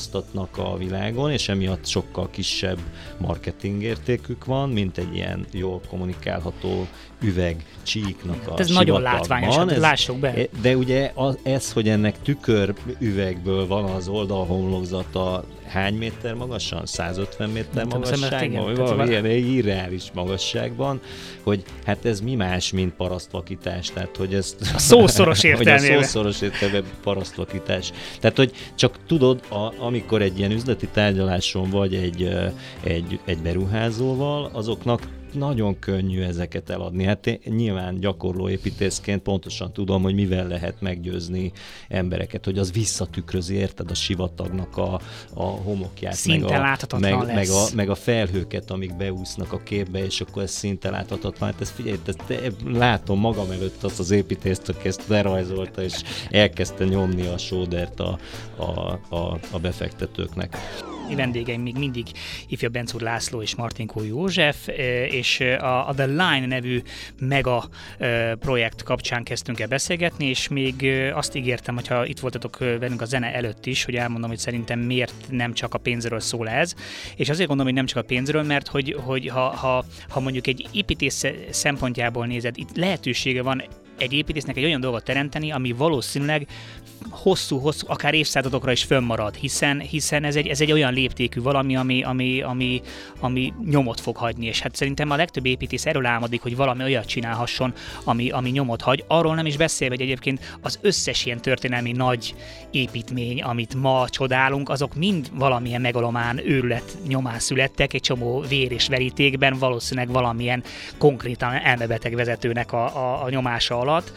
vannak a világon, és emiatt sokkal kisebb marketingértékük van, mint egy ilyen jól kommunikálható üveg csíknak a hát ez nagyon látványos, hát lássuk be. De ugye az, ez, hogy ennek tükör üvegből van az oldalhomlokzata hány méter magasan? százötven méter magasságban? Valami ilyen irreális magasságban, hogy hát ez mi más, mint parasztvakítás. Tehát, hogy ezt... A szószoros értelmében. A szószoros értelmében parasztvakítás. Tehát, hogy csak tudod, a, amikor egy ilyen üzleti tárgyaláson vagy egy, egy, egy beruházóval, azoknak nagyon könnyű ezeket eladni. Hát én nyilván gyakorló építészként pontosan tudom, hogy mivel lehet meggyőzni embereket, hogy az visszatükrözi, érted, a sivatagnak a, a homokját, szinte meg a, meg, meg, a, meg a felhőket, amik beúsznak a képbe, és akkor ez szinte láthatatlan. Hát ezt figyelj, ezt látom magam előtt azt az építészt, aki ezt lerajzolta, és elkezdte nyomni a sódert a, a, a, a befektetőknek. Vendégeim még mindig ifjabb Bencúr László és Martinkó József, és a, a The Line nevű mega projekt kapcsán kezdtünk el beszélgetni, és még azt ígértem, hogyha itt voltatok velünk a zene előtt is, hogy elmondom, hogy szerintem miért nem csak a pénzről szól ez, és azért gondolom, hogy nem csak a pénzről, mert hogy, hogy ha, ha, ha mondjuk egy építész szempontjából nézed, itt lehetősége van egy építésznek egy olyan dolgot teremteni, ami valószínűleg hosszú-hosszú, akár évszázadokra is fönnmarad, hiszen, hiszen ez, egy, ez egy olyan léptékű valami, ami, ami, ami, ami nyomot fog hagyni, és hát szerintem a legtöbb építész erről álmodik, hogy valami olyat csinálhasson, ami, ami nyomot hagy. Arról nem is beszélve, hogy egyébként az összes ilyen történelmi nagy építmény, amit ma csodálunk, azok mind valamilyen megalomán őrület nyomán születtek, egy csomó vér és verítékben, valószínűleg valamilyen konkrétan elmebeteg vezetőnek a, a, a nyomása alatt.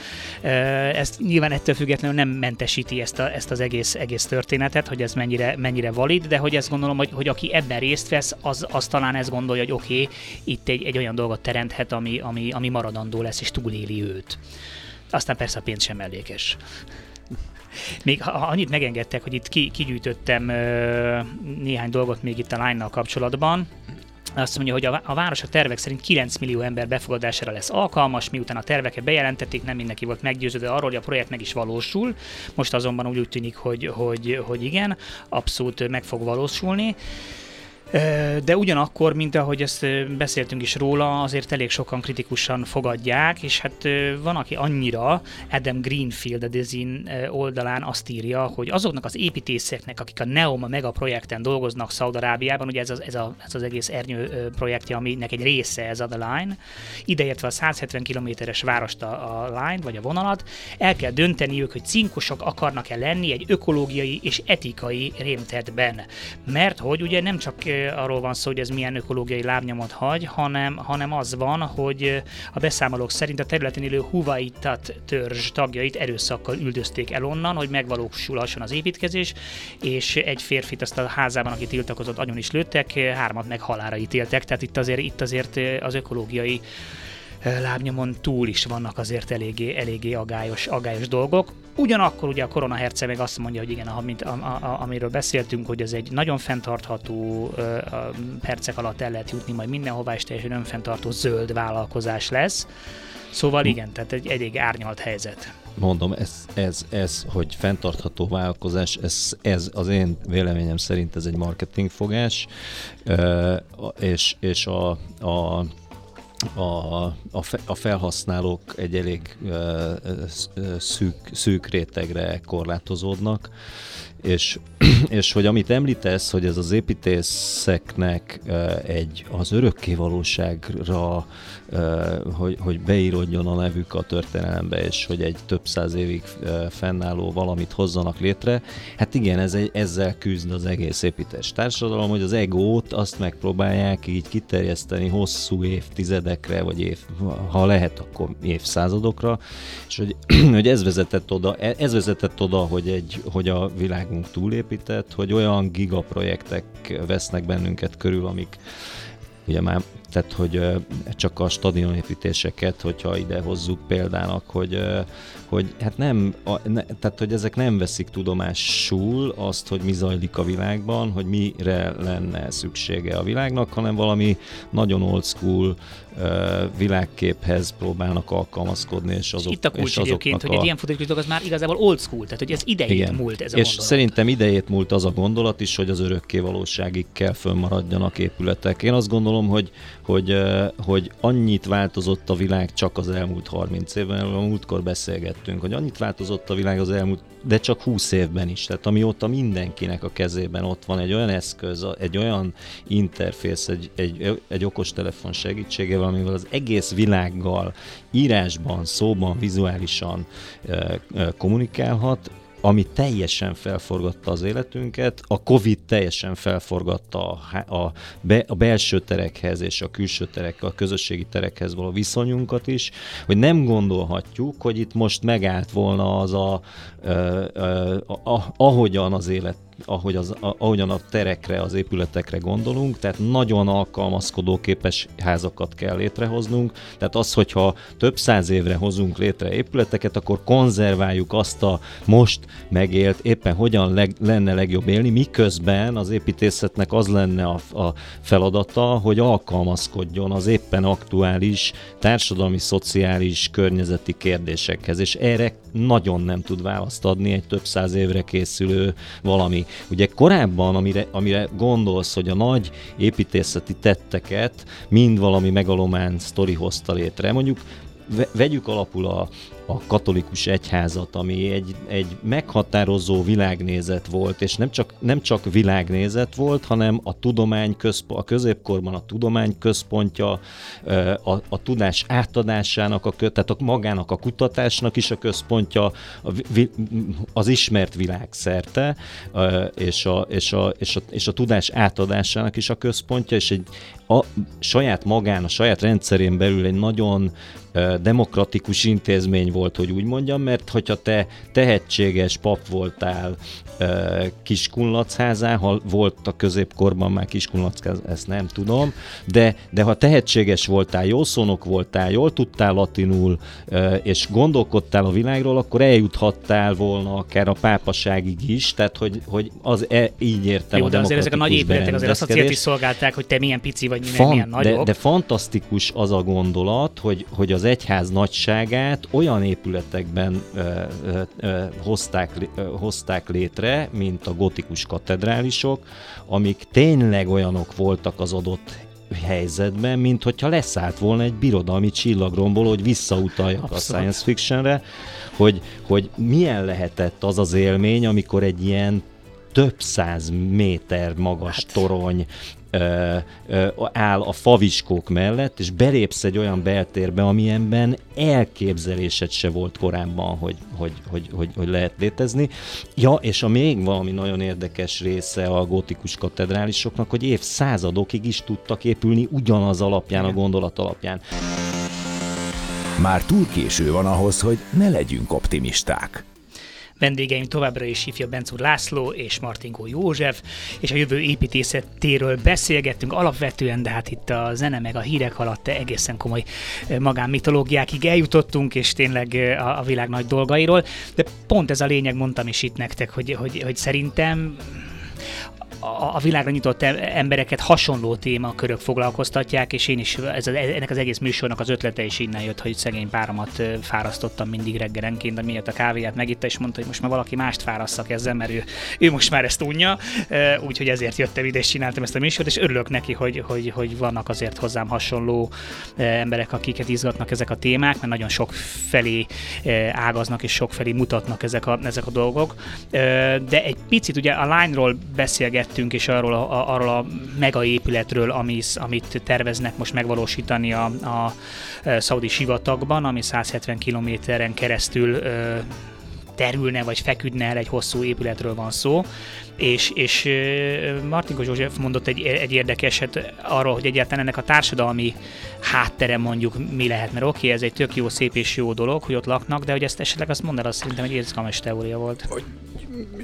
Ez nyilván ettől függetlenül nem mentesíti ezt, a, ezt az egész, egész történetet, hogy ez mennyire, mennyire valid, de hogy ezt gondolom, hogy, hogy aki ebben részt vesz, az, az talán ezt gondolja, hogy oké, okay, itt egy, egy olyan dolgot teremthet, ami, ami, ami maradandó lesz és túléli őt. Aztán persze a pénz sem mellékes. Még ha annyit megengedtek, hogy itt ki, kigyűjtöttem ö, néhány dolgot még itt a Line-nal kapcsolatban. Azt mondja, hogy a, a város a tervek szerint kilenc millió ember befogadására lesz alkalmas, miután a terveket bejelentették, nem mindenki volt meggyőződve arról, hogy a projekt meg is valósul. Most azonban úgy, úgy tűnik, hogy, hogy, hogy igen, abszolút meg fog valósulni. De ugyanakkor, mint ahogy ezt beszéltünk is róla, azért elég sokan kritikusan fogadják, és hát van, aki annyira, Adam Greenfield a Design oldalán azt írja, hogy azoknak az építészeknek, akik a Neoma Mega projekten dolgoznak Szaúd-Arábiában, ugye ez az, ez, a, ez az egész ernyő projektje, aminek egy része ez a The Line, ideértve a száz hetven kilométeres várost a, a Line, vagy a vonalat, el kell dönteniük, hogy cinkosak akarnak-e lenni egy ökológiai és etikai rémtettben. Mert hogy ugye nem csak arról van szó, hogy ez milyen ökológiai lábnyomot hagy, hanem, hanem az van, hogy a beszámolók szerint a területen élő Huwaitat törzs tagjait erőszakkal üldözték el onnan, hogy megvalósulhasson az építkezés, és egy férfit azt a házában, aki tiltakozott, agyon is lőttek, hármat meg halálra ítéltek, tehát itt azért, itt azért az ökológiai lábnyomon túl is vannak azért eléggé, eléggé agályos, agályos dolgok. Ugyanakkor ugye a koronaherce meg azt mondja, hogy igen, amit, a, a, amiről beszéltünk, hogy ez egy nagyon fenntartható, a percek alatt el lehet jutni majd mindenhová, és teljesen önfenntartó zöld vállalkozás lesz. Szóval igen, tehát egy elég árnyalt helyzet. Mondom, ez, ez, ez hogy fenntartható vállalkozás, ez, ez az én véleményem szerint ez egy marketingfogás, és, és a, a A, a, fe, a felhasználók egy elég uh, szűk, szűk rétegre korlátozódnak, és, és hogy amit említesz, hogy ez az építészeknek uh, egy az örökkévalóságra, uh, hogy, hogy beírodjon a nevük a történelembe, és hogy egy több száz évig uh, fennálló valamit hozzanak létre, hát igen, ez egy, ezzel küzd az egész építés társadalom, hogy az egót azt megpróbálják így kiterjeszteni hosszú évtizedekre, vagy év, ha lehet, akkor évszázadokra, és hogy, hogy ez vezetett oda, ez vezetett oda, hogy, egy, hogy a világunk túlépített, hogy olyan gigaprojektek vesznek bennünket körül, amik ugye már tehát hogy csak a stadionépítéseket, hogyha ide hozzuk példának, hogy, hogy hát nem, ne, tehát hogy ezek nem veszik tudomásul azt, hogy mi zajlik a világban, hogy mire lenne szüksége a világnak, hanem valami nagyon old school világképhez próbálnak alkalmazkodni, és azok, itt a kulcs egyébként, hogy a... egy ilyen futókritok az már igazából old school, tehát hogy ez idejét igen. múlt ez a és gondolat. Szerintem idejét múlt az a gondolat is, hogy az örökké valóságig kell fönnmaradjanak épületek. Én azt gondolom, hogy, hogy, hogy annyit változott a világ csak az elmúlt harminc évben, a múltkor beszélgettünk, hogy annyit változott a világ az elmúlt, de csak húsz évben is. Tehát amióta mindenkinek a kezében ott van egy olyan eszköz, egy olyan interfész, egy, egy, egy okostelefon segítségével, amivel az egész világgal írásban, szóban, vizuálisan uh, uh, kommunikálhat, ami teljesen felforgatta az életünket, a Covid teljesen felforgatta a, a, be, a belső terekhez és a külső terekhez, a közösségi terekhez való viszonyunkat is, hogy nem gondolhatjuk, hogy itt most megállt volna az a, a, a, a ahogyan az élet Ahogy az, ahogyan a terekre, az épületekre gondolunk, tehát nagyon alkalmazkodóképes házakat kell létrehoznunk, tehát az, hogyha több száz évre hozunk létre épületeket, akkor konzerváljuk azt a most megélt, éppen hogyan leg, lenne legjobb élni, miközben az építészetnek az lenne a, a feladata, hogy alkalmazkodjon az éppen aktuális társadalmi, szociális, környezeti kérdésekhez, és erre nagyon nem tud választ adni egy több száz évre készülő valami. Ugye korábban, amire, amire gondolsz, hogy a nagy építészeti tetteket mind valami megalomán sztori hozta létre, mondjuk vegyük alapul a, a katolikus egyházat, ami egy, egy meghatározó világnézet volt, és nem csak, nem csak világnézet volt, hanem a tudomány központ, a középkorban a tudomány központja, a, a tudás átadásának, a, tehát a magának a kutatásnak is a központja, a, az ismert világ szerte, és a, és, a, és, a, és a tudás átadásának is a központja, és egy a saját magán, a saját rendszerén belül egy nagyon demokratikus intézmény volt, hogy úgy mondjam, mert hogyha te tehetséges pap voltál Kiskunlachházán, ha volt a középkorban már Kiskunlachház, ezt nem tudom, de, de ha tehetséges voltál, jó szónok voltál, jól tudtál latinul, és gondolkodtál a világról, akkor eljuthattál volna akár a pápaságig is, tehát hogy, hogy az e, így értem jó, a demokratikus azért ezek a nagy épületek azért azt a célt is szolgálták, hogy te milyen pici vagy, milyen, Fan, milyen nagyobb. De, de fantasztikus az a gondolat, hogy, hogy az egyház nagyságát olyan épületekben ö, ö, ö, hozták, ö, hozták létre, mint a gotikus katedrálisok, amik tényleg olyanok voltak az adott helyzetben, mint hogyha leszállt volna egy birodalmi csillagromból, hogy visszautaljak Abszolút. a science fictionre, hogy, hogy milyen lehetett az az élmény, amikor egy ilyen több száz méter magas hát. torony Ö, ö, áll a faviskók mellett, és belépsz egy olyan beltérbe, amilyenben elképzelésed se volt korábban, hogy, hogy, hogy, hogy, hogy lehet létezni. Ja, és a még valami nagyon érdekes része a gótikus katedrálisoknak, hogy évszázadokig is tudtak épülni ugyanaz alapján, a gondolat alapján. Már túl késő van ahhoz, hogy ne legyünk optimisták. Vendégeim továbbra is ifja Bencúr László és Martinkó József, és a jövő építészetéről beszélgettünk alapvetően, de hát itt a zene meg a hírek alatt egészen komoly magánmitológiákig eljutottunk, és tényleg a, a világ nagy dolgairól. De pont ez a lényeg, mondtam is itt nektek, hogy, hogy, hogy szerintem a világra nyitott embereket hasonló témakörök foglalkoztatják, és én is, ez a, ennek az egész műsornak az ötlete is innen jött, hogy szegény páromat fárasztottam mindig reggelenként, de miért a kávéját megitta, és mondta, hogy most már valaki mást fárasszak ezzel, mert ő, ő most már ezt unja, úgyhogy ezért jöttem ide, és csináltam ezt a műsort, és örülök neki, hogy, hogy, hogy vannak azért hozzám hasonló emberek, akiket izgatnak ezek a témák, mert nagyon sok felé ágaznak, és sok felé mutatnak ezek a, ezek a dolgok. De egy picit ugye a Line-ról beszélget és arról a, arról a megaépületről, amit, amit terveznek most megvalósítani a, a szaudi sivatagban, ami száz hetven kilométeren keresztül ö, terülne vagy feküdne el, egy hosszú épületről van szó, és, és Martinkó József mondott egy, egy érdekeset arról, hogy egyáltalán ennek a társadalmi háttere mondjuk mi lehet, mert oké, okay, ez egy tök jó, szép és jó dolog, hogy ott laknak, de hogy ezt esetleg azt mondd el, azt szerintem egy izgalmas teória volt. Hogy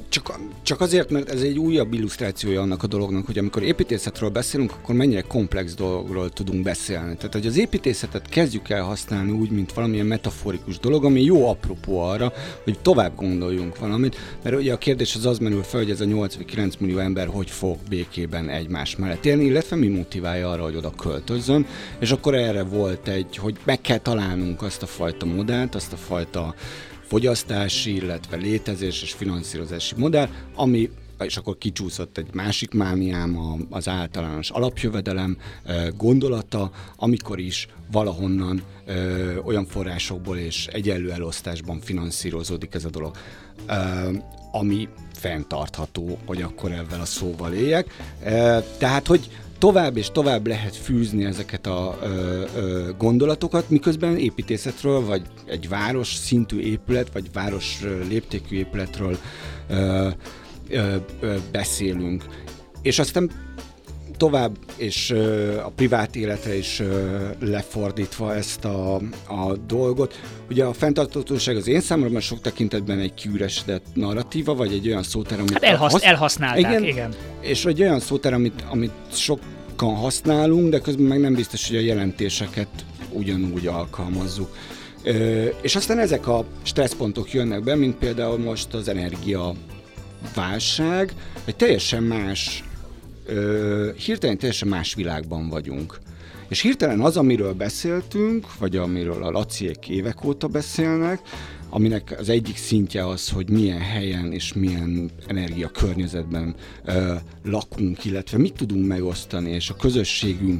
csak, csak azért, mert ez egy újabb illusztrációja annak a dolognak, hogy amikor építészetről beszélünk, akkor mennyire komplex dologról tudunk beszélni. Tehát, hogy az építészetet kezdjük el használni úgy, mint valamilyen metaforikus dolog, ami jó apropó arra, hogy tovább gondoljunk valamit, mert ugye a kérdés az az merül fel, hogy ez a nyolc vagy kilenc millió ember hogy fog békében egymás mellett élni, illetve mi motiválja arra, hogy oda költözzön, és akkor erre volt egy, hogy meg kell találnunk azt a fajta modellt, azt a fajta fogyasztási, illetve létezés és finanszírozási modell, ami, és akkor kicsúszott egy másik mániám, az általános alapjövedelem gondolata, amikor is valahonnan ö, olyan forrásokból és egyenlő elosztásban finanszírozódik ez a dolog, ö, ami fenntartható, hogy akkor ezzel a szóval éljek. Ö, tehát, hogy tovább és tovább lehet fűzni ezeket a ö, ö, gondolatokat, miközben építészetről, vagy egy város szintű épület, vagy város léptékű épületről ö, ö, ö, beszélünk. És aztán tovább, és ö, a privát életre is ö, lefordítva ezt a, a dolgot. Ugye a fenntarthatóság az én számomra sok tekintetben egy kiüresedett narratíva, vagy egy olyan szótár, amit... Hát elhasz, hasz... elhasználták, igen, igen. És egy olyan szótár, amit, amit sokan használunk, de közben meg nem biztos, hogy a jelentéseket ugyanúgy alkalmazzuk. Ö, és aztán ezek a stresszpontok jönnek be, mint például most az energiaválság, egy teljesen más Ö, hirtelen teljesen más világban vagyunk. És hirtelen az, amiről beszéltünk, vagy amiről a Laciék évek óta beszélnek, aminek az egyik szintje az, hogy milyen helyen és milyen energiakörnyezetben ö, lakunk, illetve mit tudunk megosztani, és a közösségünk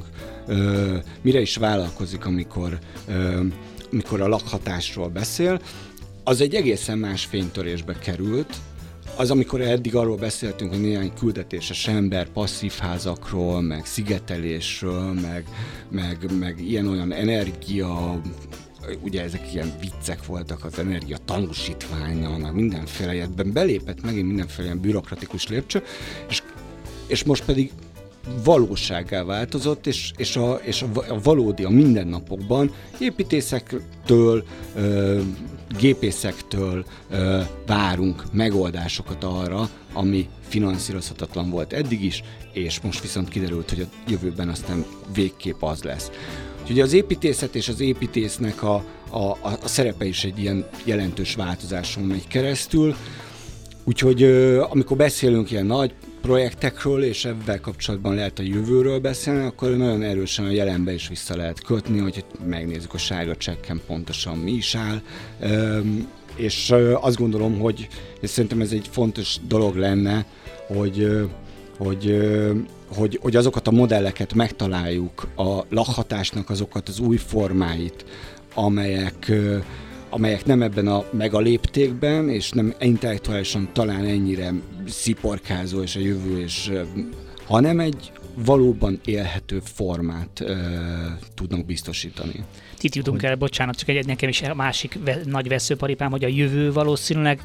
ö, mire is vállalkozik, amikor, ö, amikor a lakhatásról beszél, az egy egészen más fénytörésbe került. Az, amikor eddig arról beszéltünk, hogy néhány küldetéses ember passzívházakról, meg szigetelésről, meg, meg, meg ilyen-olyan energia, ugye ezek ilyen viccek voltak, az energia tanúsítványon, meg mindenféle ilyetben belépett megint mindenféle ilyen bürokratikus lépcső, és, és most pedig valósággá változott, és, és, a, és a, a valódi, a mindennapokban építészektől, ö, gépészektől ö, várunk megoldásokat arra, ami finanszírozhatatlan volt eddig is, és most viszont kiderült, hogy a jövőben aztán végképp az lesz. Úgyhogy az építészet és az építésznek a, a, a, a szerepe is egy ilyen jelentős változáson megy keresztül, úgyhogy ö, amikor beszélünk ilyen nagy projektekről, és ebben kapcsolatban lehet a jövőről beszélni, akkor nagyon erősen a jelenbe is vissza lehet kötni, hogy megnézzük a sárga csekken pontosan mi is áll. Üm, és azt gondolom, hogy és szerintem ez egy fontos dolog lenne, hogy, hogy, hogy, hogy azokat a modelleket megtaláljuk, a lakhatásnak azokat az új formáit, amelyek amelyek nem ebben a megaléptékben, és nem intellektuálisan talán ennyire sziporkázó és a jövő, és, hanem egy valóban élhető formát e, tudnak biztosítani. Itt jutunk el, bocsánat, csak egy, nekem is a másik ve, nagy veszőparipám, hogy a jövő valószínűleg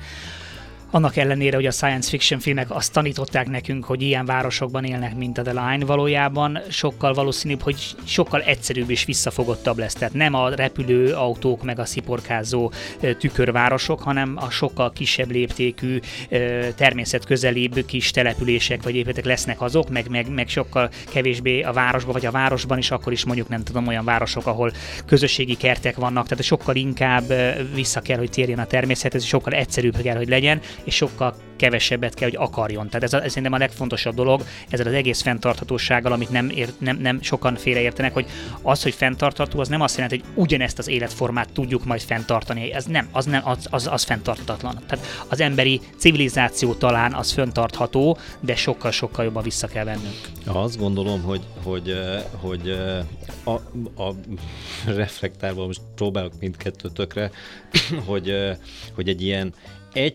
annak ellenére, hogy a science fiction filmek azt tanították nekünk, hogy ilyen városokban élnek, mint a The Line, valójában sokkal valószínűbb, hogy sokkal egyszerűbb és visszafogottabb lesz. Tehát nem a repülő autók meg a sziporkázó tükörvárosok, hanem a sokkal kisebb léptékű, természetközelibb kis települések vagy épületek lesznek azok, meg, meg, meg sokkal kevésbé a városban, vagy a városban is, akkor is mondjuk nem tudom, olyan városok, ahol közösségi kertek vannak, tehát sokkal inkább vissza kell, hogy térjen a természethez, és sokkal egyszerűbb kell, hogy legyen, és sokkal kevesebbet kell, hogy akarjon. Tehát ez, a, ez szerintem a legfontosabb dolog ezzel az egész fenntarthatósággal, amit nem, ér, nem, nem sokan félreértenek, hogy az, hogy fenntartható, az nem azt jelenti, hogy ugyanezt az életformát tudjuk majd fenntartani. Ez nem, az, nem, az, az, az fenntarthatatlan. Tehát az emberi civilizáció talán az fenntartható, de sokkal-sokkal jobban vissza kell vennünk. Azt gondolom, hogy, hogy, hogy a, a reflektálva most próbálok mindkettőtökre, hogy, hogy egy ilyen egy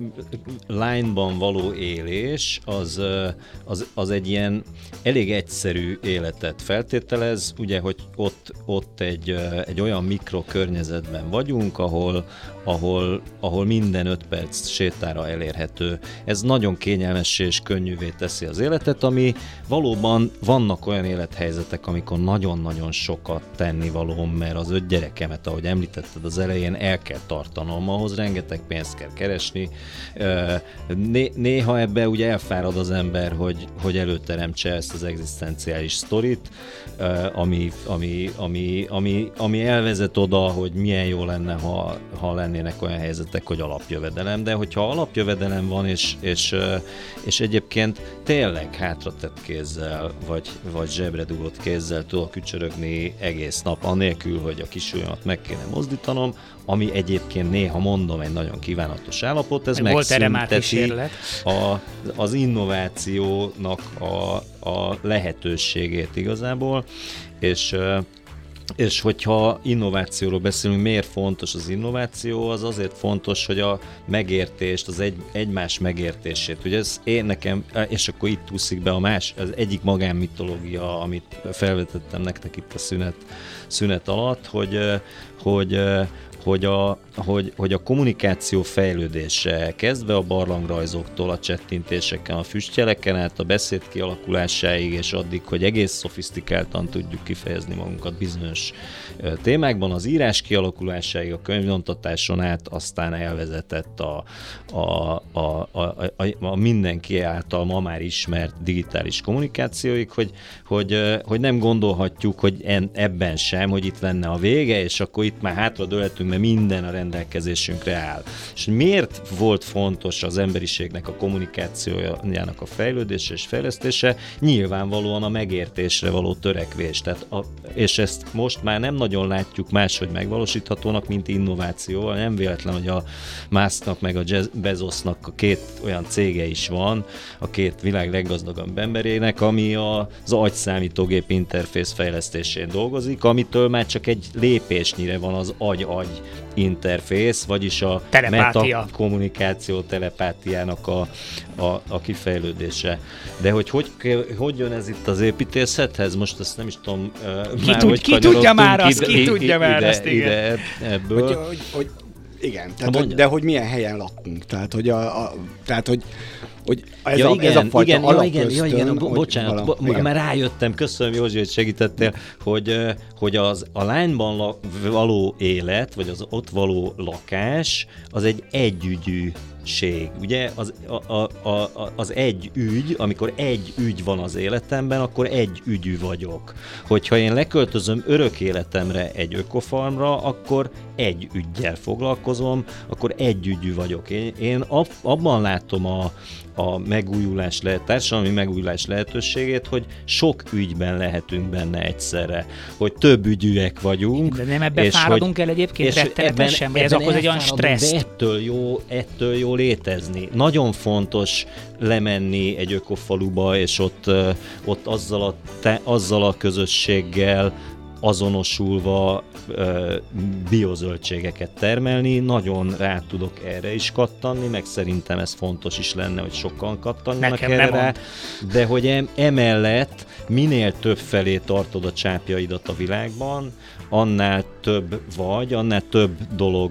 line-ban való élés az, az, az egy ilyen elég egyszerű életet feltételez, ugye, hogy ott, ott egy, egy olyan mikrokörnyezetben vagyunk, ahol, ahol, ahol minden öt perc sétára elérhető. Ez nagyon kényelmessé és könnyűvé teszi az életet, ami valóban vannak olyan élethelyzetek, amikor nagyon-nagyon sokat tennivalóm, mert az öt gyerekemet, ahogy említetted az elején, el kell tartanom, ahhoz rengeteg pénzt kell keresni, Né- néha ebbe ugye elfárad az ember, hogy, hogy előteremtse ezt az egzisztenciális sztorit, ami, ami, ami, ami, ami elvezet oda, hogy milyen jó lenne, ha, ha lennének olyan helyzetek, hogy alapjövedelem, de hogyha alapjövedelem van, és, és, és egyébként tényleg hátratett kézzel, vagy, vagy zsebre dugott kézzel tudok ücsörögni egész nap, anélkül, hogy a kisujjamat meg kéne mozdítanom, ami egyébként néha mondom egy nagyon kívánatos állapot, ez megszünteti a, az innovációnak a, a lehetőségét igazából, és És hogyha innovációról beszélünk, miért fontos az innováció? Az azért fontos, hogy a megértést, az egy, egymás megértését. Ugye ez én nekem, és akkor itt úszik be a más, az egyik magánmitológia, amit felvetettem nektek itt a szünet, szünet alatt, hogy, hogy Hogy a, hogy, hogy a kommunikáció fejlődése kezdve a barlangrajzoktól, a csettintéseken, a füstjeleken át, a beszéd kialakulásáig, és addig, hogy egész szofisztikáltan tudjuk kifejezni magunkat bizonyos témákban, az írás kialakulásáig, a könyvnyomtatáson át, aztán elvezetett a, a, a, a, a, a mindenki által ma már ismert digitális kommunikációig, hogy, hogy, hogy nem gondolhatjuk, hogy en, ebben sem, hogy itt lenne a vége, és akkor itt már hátradőlhetünk, mert minden a rendelkezésünkre áll. És miért volt fontos az emberiségnek a kommunikációjának a fejlődése és fejlesztése? Nyilvánvalóan a megértésre való törekvés. Tehát a, és ezt most már nem nagyon látjuk máshogy megvalósíthatónak, mint innovációval. Nem véletlen, hogy a Musknak meg a Bezosnak a két olyan cége is van, a két világ leggazdagabb emberének, ami az agyszámítógép interfész fejlesztésén dolgozik, amitől már csak egy lépésnyire van az agy-agy interfész, vagyis a metakommunikáció telepátiának a, a, a kifejlődése. De hogy, hogy hogy jön ez itt az építészethez? Most ezt nem is tudom, ki, már, tud, hogy ki tudja már azt, ide, ki tudja már ide, azt, igen. Ide, ebből. Hogy, hogy, hogy, igen, tehát, hogy, de hogy milyen helyen lakunk, tehát hogy, a, a, tehát, hogy hogy ez, ja, a, igen, ez a fajta igen, alapösztön, ja, igen, igen, bo- hogy bocsánat, vala, bo- igen. Már rájöttem, köszönöm Józsi, hogy segítettél, hogy, hogy az, a lányban la- való élet, vagy az ott való lakás, az egy együgyű ség. Ugye az, a, a, a, az egy ügy, amikor egy ügy van az életemben, akkor egy ügyű vagyok. Hogyha én leköltözöm örök életemre egy ökofarmra, akkor egy üggyel foglalkozom, akkor egy ügyű vagyok. Én, én ab, abban látom a, a megújulás lehet, társadalmi megújulás lehetőségét, hogy sok ügyben lehetünk benne egyszerre, hogy több ügyűek vagyunk. De nem ebben fáradunk el egyébként rettenetesen, vagy ez okoz egy olyan stresszt? De ettől jó, ettől jó létezni. Nagyon fontos lemenni egy ökofaluba, és ott, ott azzal, a te, azzal a közösséggel azonosulva ö, biozöldségeket termelni, nagyon rá tudok erre is kattanni, meg szerintem ez fontos is lenne, hogy sokan kattanjanak erre rá, de hogy em, emellett minél több felé tartod a csápjaidat a világban, annál több vagy, annál több dolog,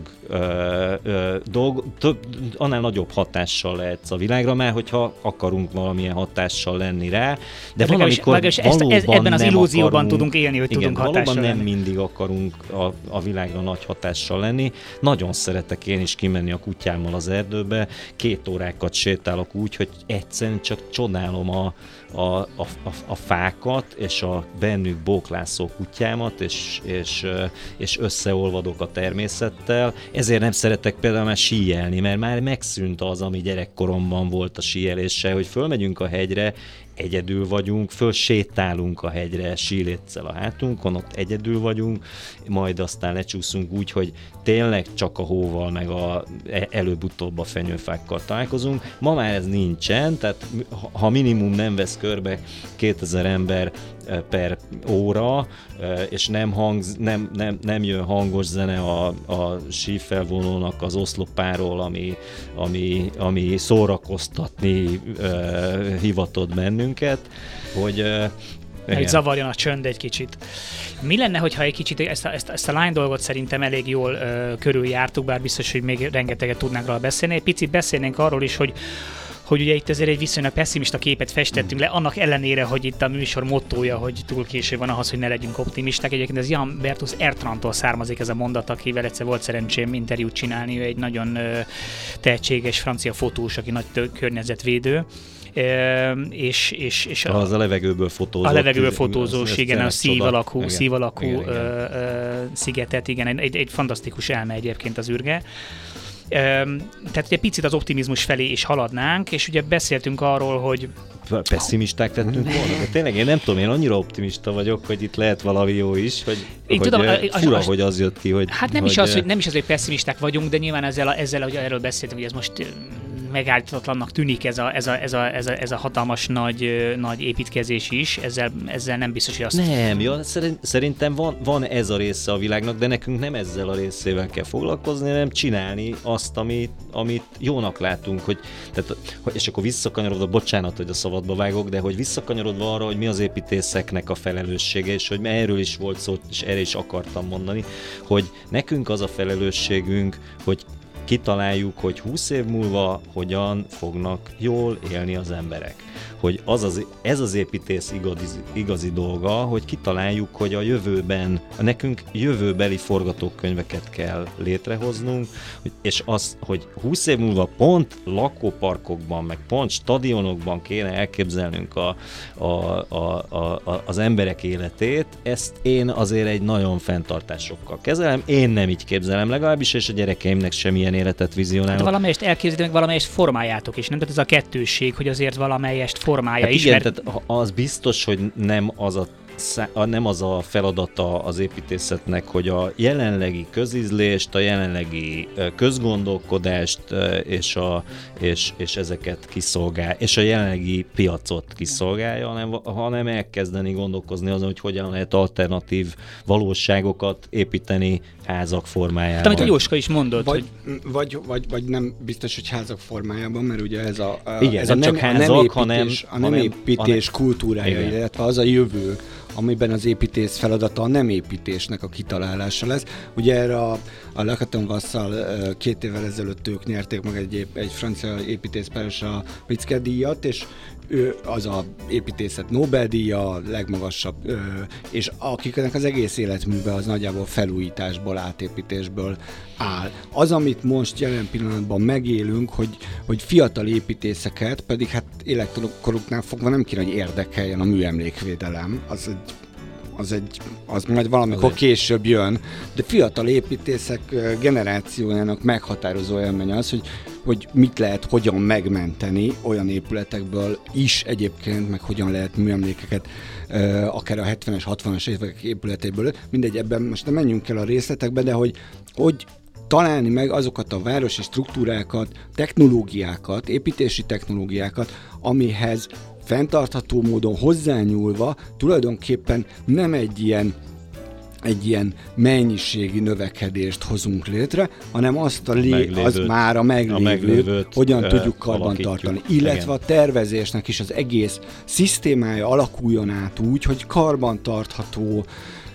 ö, ö, dolg, több, annál nagyobb hatással lehetsz a világra, már hogyha akarunk valamilyen hatással lenni rá, de van, amikor ezt, ezt, ebben az illúzióban akarunk, tudunk élni, hogy igen, tudunk hatással valóban lenni. Nem mindig akarunk a, a világra nagy hatással lenni. Nagyon szeretek én is kimenni a kutyámmal az erdőbe, két órákat sétálok úgy, hogy egyszerűen csak csodálom a, a, a, a, a fákat, és a bennük bóklászó kutyámat, és, és, és összeolvadok a természettel. Ezért nem szeretek például már síelni, mert már megszűnt az, ami gyerekkoromban volt a síeléssel, hogy fölmegyünk a hegyre, egyedül vagyunk, fölsétálunk a hegyre síléccel a hátunkon, ott egyedül vagyunk, majd aztán lecsúszunk úgy, hogy tényleg csak a hóval, meg a, előbb-utóbb a fenyőfákkal találkozunk. Ma már ez nincsen, tehát ha minimum nem vesz körbe kétezer ember per óra, és nem, hangz, nem, nem, nem jön hangos zene a, a sífelvonónak az oszlopáról, ami, ami, ami szórakoztatni uh, hivatott bennünket, hogy uh, hogy zavarjon a csönd egy kicsit. Mi lenne, hogyha egy kicsit ezt a, ezt, ezt a lány dolgot szerintem elég jól uh, körüljártuk, bár biztos, hogy még rengeteget tudnánk róla beszélni. Egy picit beszélnénk arról is, hogy hogy ugye itt azért egy viszonylag pessimista képet festettünk le, annak ellenére, hogy itt a műsor mottója, hogy túl késő van ahhoz, hogy ne legyünk optimisták. Egyébként ez Jan Bertus Ertrandtól származik ez a mondat, akivel egyszer volt szerencsém interjút csinálni, ő egy nagyon ö, tehetséges francia fotós, aki nagy tő, környezetvédő. E, és, és, és a, az a levegőből fotózott. A levegőből fotózós, igen, a szív alakú, igen, szív alakú igen, igen. Ö, ö, szigetet, igen, egy, egy fantasztikus elme egyébként az űrge. Tehát ugye picit az optimizmus felé is haladnánk, és ugye beszéltünk arról, hogy pessimisták tettünk volna, de tényleg én nem tudom, én annyira optimista vagyok, hogy itt lehet valami jó is, hogy, én hogy tudom, fura, az, hogy az jött ki, hogy... Hát nem, hogy, is az, hogy nem is az, hogy pessimisták vagyunk, de nyilván ezzel, ezzel hogy erről beszéltünk, hogy ez most megállítatlannak tűnik ez a, ez a, ez a, ez a, ez a hatalmas nagy, nagy építkezés is, ezzel, ezzel nem biztos, hogy azt... Nem, jó, szerintem van, van ez a része a világnak, de nekünk nem ezzel a részével kell foglalkozni, hanem csinálni azt, amit, amit jónak látunk, hogy, tehát, és akkor visszakanyarodva, bocsánat, hogy a szabadba vágok, de hogy visszakanyarodva arra, hogy mi az építészeknek a felelőssége, és hogy erről is volt szó, és erre is akartam mondani, hogy nekünk az a felelősségünk, hogy kitaláljuk, hogy húsz év múlva hogyan fognak jól élni az emberek. Hogy az az, ez az építész igazi, igazi dolga, hogy kitaláljuk, hogy a jövőben, nekünk jövőbeli forgatókönyveket kell létrehoznunk, és az, hogy húsz év múlva pont lakóparkokban, meg pont stadionokban kéne elképzelnünk a, a, a, a, az emberek életét, ezt én azért egy nagyon fenntartásokkal kezelem. Én nem így képzelem legalábbis, és a gyerekeimnek semmilyen életet vizionálok. Hát valamelyest elképzeljük, meg valamelyest formáljátok is, nem? Tehát ez a kettősség, hogy azért valamelyest formája hát is. Igen, mert... tehát az biztos, hogy nem az a nem az a feladata az építészetnek, hogy a jelenlegi közízlést, a jelenlegi közgondolkodást és, a, és, és ezeket kiszolgál, és a jelenlegi piacot kiszolgálja, hanem, hanem elkezdeni gondolkozni azon, hogy hogyan lehet alternatív valóságokat építeni házak formájában. Hát, amit a Jóska is mondott. Vagy, hogy... vagy, vagy, vagy nem biztos, hogy házak formájában, mert ugye ez a, a, igen, ez nem a csak nem, házak, a nem építés, hanem, a nem hanem, építés hanem, kultúrája, igen. illetve az a jövő, amiben az építész feladata a nem építésnek a kitalálása lesz. Ugye erre a, a Le Catton-Vassal két évvel ezelőtt ők nyerték meg egy, egy francia építészpáros a Pritzker díjat, és ő az a építészet Nobel-díja, a legmagasabb, és akiknek az egész életműve az nagyjából felújításból, átépítésből áll. Az, amit most jelen pillanatban megélünk, hogy, hogy fiatal építészeket, pedig hát életkoruknál fogva nem kéne, hogy érdekeljen a műemlékvédelem, az egy az egy, az majd valamikor Azért. később jön, de fiatal építészek generációjának meghatározó élménye az, hogy, hogy mit lehet, hogyan megmenteni olyan épületekből is egyébként, meg hogyan lehet műemlékeket akár a hetvenes, hatvanas évek épületeiből, mindegy, ebben most nem menjünk el a részletekbe, de hogy, hogy találni meg azokat a városi struktúrákat, technológiákat, építési technológiákat, amihez fenntartható módon hozzányúlva tulajdonképpen nem egy ilyen, egy ilyen mennyiségi növekedést hozunk létre, hanem azt a lé, az már a meglévőt, a meglévőt hogyan uh, tudjuk karbantartani. Illetve igen. a tervezésnek is az egész szisztémája alakuljon át úgy, hogy karbantartható,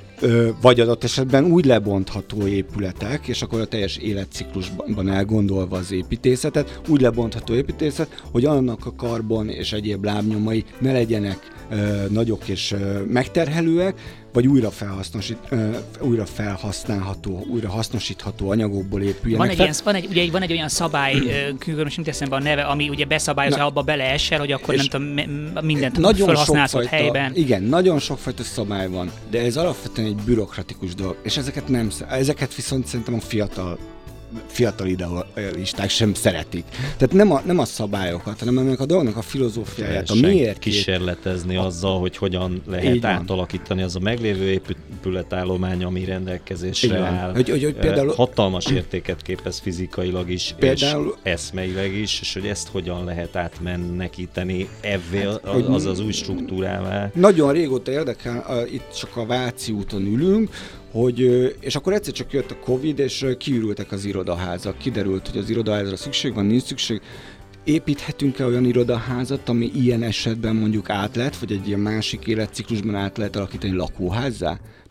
vagy adott esetben úgy lebontható épületek, és akkor a teljes életciklusban elgondolva az építészetet, úgy lebontható építészet, hogy annak a karbon és egyéb lábnyomai ne legyenek ö, nagyok és ö, megterhelőek, vagy újra, felhasznosít, ö, újra felhasználható, újra hasznosítható anyagokból épüljenek. Van egy, ilyen, van egy, ugye, van egy olyan szabály, különösen mint eszembe a neve, ami ugye beszabályozza, abba beleesel, hogy akkor nem tudom, mindent felhasználható helyben. Igen, nagyon sokfajta szabály van, de ez alapvetően egy bürokratikus dolog, és ezeket nem, ezeket viszont szerintem a fiatal fiatal idealisták sem szeretik. Tehát nem a, nem a szabályokat, hanem ennek a dolognak a filozófiáját, a miért kísérletezni a... azzal, hogy hogyan lehet átalakítani az a meglévő épületállomány, ami rendelkezésre áll. Hogy, hogy, hogy például... Hatalmas értéket képez fizikailag is, például... és eszmeileg is, és hogy ezt hogyan lehet átmenekíteni evvé hát, az, az az új struktúrává. Nagyon régóta érdekel, a, itt csak a Váci úton ülünk, hogy, és akkor egyszer csak jött a Covid, és kiürültek az irodaházak. Kiderült, hogy az irodaházra szükség van, nincs szükség. Építhetünk-e olyan irodaházat, ami ilyen esetben mondjuk át lehet, vagy egy ilyen másik életciklusban át lehet alakítani lakóházzá?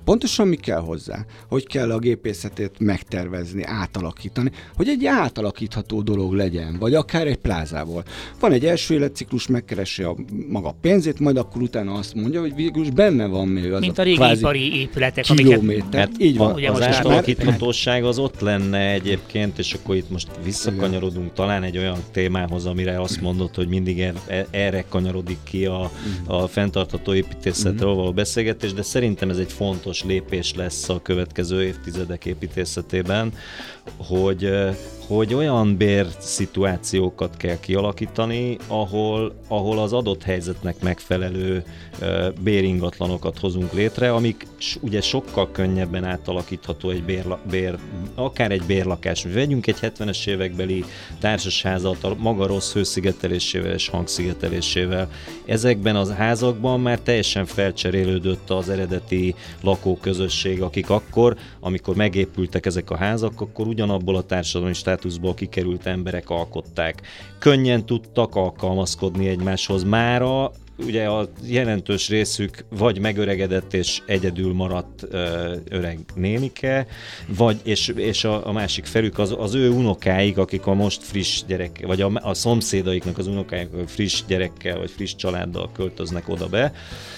pontosan mi kell hozzá, hogy kell a gépészetét megtervezni, átalakítani, hogy egy átalakítható dolog legyen, vagy akár egy plázából. Van egy első életciklus, megkeresi a maga pénzét, majd akkor utána azt mondja, hogy végülis benne van még az mint a, a régi ipari épületek, amiket... Így van. Ugye az most átalakíthatóság az ott lenne egyébként, és akkor itt most visszakanyarodunk talán egy olyan témához, amire azt mondod, hogy mindig er, erre kanyarodik ki a, a fenntartható építészetről való beszélgetés, de szerintem ez egy fontos lépés lesz a következő évtizedek építészetében, hogy, hogy olyan bérszituációkat kell kialakítani, ahol, ahol az adott helyzetnek megfelelő béringatlanokat hozunk létre, amik ugye sokkal könnyebben átalakítható egy bér, bér akár egy bérlakás. Vegyünk egy hetvenes évekbeli társasházat a maga rossz hőszigetelésével és hangszigetelésével. Ezekben az házakban már teljesen felcserélődött az eredeti lakóközösség, akik akkor, amikor megépültek ezek a házak, akkor ugyanabból a társadalmi státuszból kikerült emberek alkották. Könnyen tudtak alkalmazkodni egymáshoz. Mára ugye a jelentős részük vagy megöregedett és egyedül maradt ö, öreg nénike, vagy, és, és a, a másik felük az, az ő unokáik, akik a most friss gyerek, vagy a, a szomszédaiknak az unokáik friss gyerekkel, vagy friss családdal költöznek oda be,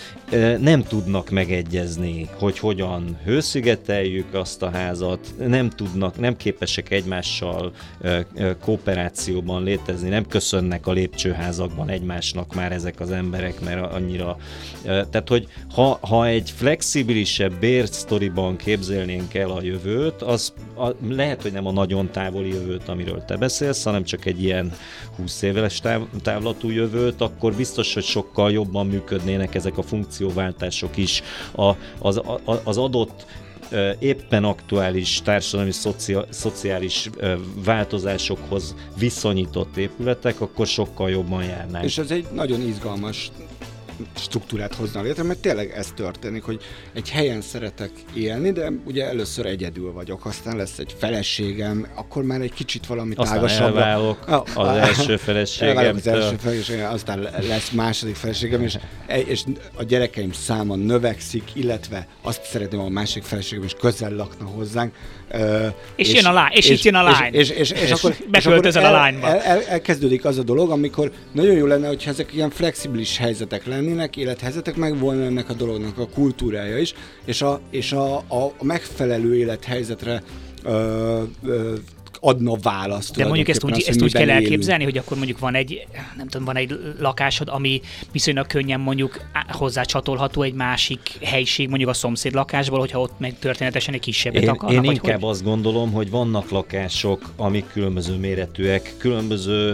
nem tudnak megegyezni, hogy hogyan hőszigeteljük azt a házat, nem tudnak, nem képesek egymással kooperációban létezni, nem köszönnek a lépcsőházakban egymásnak már ezek az emberek, mert annyira... Tehát, hogy ha, ha egy flexibilisebb bérsztoriban képzelnénk el a jövőt, az a, lehet, hogy nem a nagyon távoli jövőt, amiről te beszélsz, hanem csak egy ilyen húsz éves táv, távlatú jövőt, akkor biztos, hogy sokkal jobban működnének ezek a funkcióváltások is. A, az, a, az adott éppen aktuális társadalmi, szocia, szociális változásokhoz viszonyított épületek, akkor sokkal jobban járnánk. És ez egy nagyon izgalmas struktúrát hozna létre, mert tényleg ez történik, hogy egy helyen szeretek élni, de ugye először egyedül vagyok, aztán lesz egy feleségem, akkor már egy kicsit valami tágasabb. Aztán elválok ah, az első feleségemtől. Az első feleségem, aztán lesz második feleségem, és, és a gyerekeim száma növekszik, illetve azt szeretném, a másik feleségem is közel lakna hozzánk. Uh, és, és jön a lány, és, és itt jön a lány. És, és, és, és, és akkor beköltözöl a lányba. El, el, elkezdődik az a dolog, amikor nagyon jó lenne, hogyha ezek ilyen flexibilis helyzetek lennének, élethelyzetek, meg volna ennek a dolognak a kultúrája is, és a, és a, a megfelelő élethelyzetre ö, ö, adna választ. De mondjuk ezt úgy, azt, ezt úgy kell élünk. Elképzelni, hogy akkor mondjuk van egy, nem tudom, van egy lakásod, ami viszonylag könnyen mondjuk hozzácsatolható egy másik helység, mondjuk a szomszéd lakásból, hogyha ott meg történetesen egy kisebbet én, akarnak. Én inkább hogy? Azt gondolom, hogy vannak lakások, amik különböző méretűek, különböző,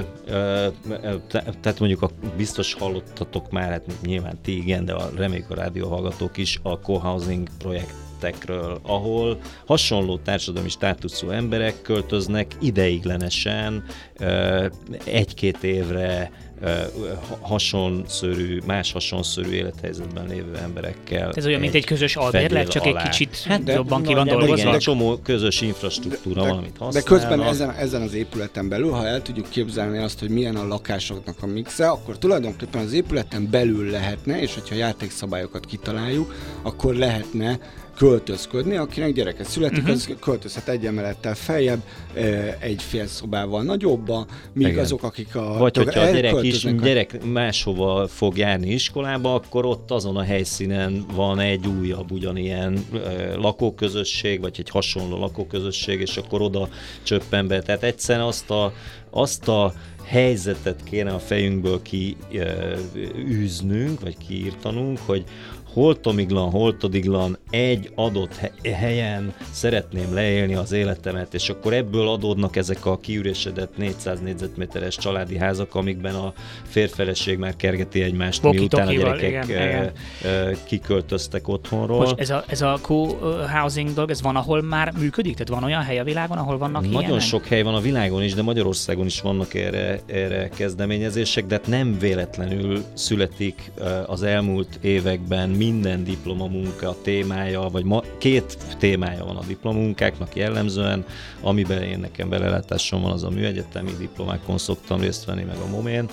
tehát mondjuk a, biztos hallottatok már, hát nyilván ti igen, de a, reméljük a rádióhallgatók is, a co-housing projekt, ahol hasonló társadalmi státuszú emberek költöznek ideiglenesen egy-két évre hasonszörű, más hasonszörű élethelyzetben lévő emberekkel. Ez olyan, mint egy közös albérlet, csak alá. Egy kicsit hát de, jobban ki van dolgozva. Igen, egy csomó közös infrastruktúra de, valamit használ. De közben ezen, ezen az épületen belül, ha el tudjuk képzelni azt, hogy milyen a lakásoknak a mixe, akkor tulajdonképpen az épületen belül lehetne, és hogyha játékszabályokat kitaláljuk, akkor lehetne költözködni, akinek gyereke születik, uh-huh. az költözhet egy emelettel feljebb, egy fél szobával nagyobba, míg igen. azok, akik a... Vagy hogyha a gyerek, is, a... gyerek máshova fog járni iskolába, akkor ott azon a helyszínen van egy újabb ugyanilyen lakóközösség, vagy egy hasonló lakóközösség, és akkor oda csöppen be. Tehát egyszerűen azt a, azt a helyzetet kéne a fejünkből kiűznünk, vagy kiírtanunk, hogy holtomiglan, holtodiglan egy adott helyen szeretném leélni az életemet, és akkor ebből adódnak ezek a kiüresedett négyszáz négyzetméteres családi házak, amikben a férfeleség már kergeti egymást, Boki miután a gyerekek igen, igen. kiköltöztek otthonról. Most ez a, ez a co-housing dolog, ez van, ahol már működik? Tehát van olyan hely a világon, ahol vannak Nagyon ilyenek? sok hely van a világon is, de Magyarországon is vannak erre, erre kezdeményezések, de nem véletlenül születik az elmúlt években minden diplomamunka témájában témája, vagy ma, két témája van a diplomunkáknak jellemzően, amiben én nekem belelátásom van, az a műegyetemi diplomákon szoktam részt venni, meg a momén.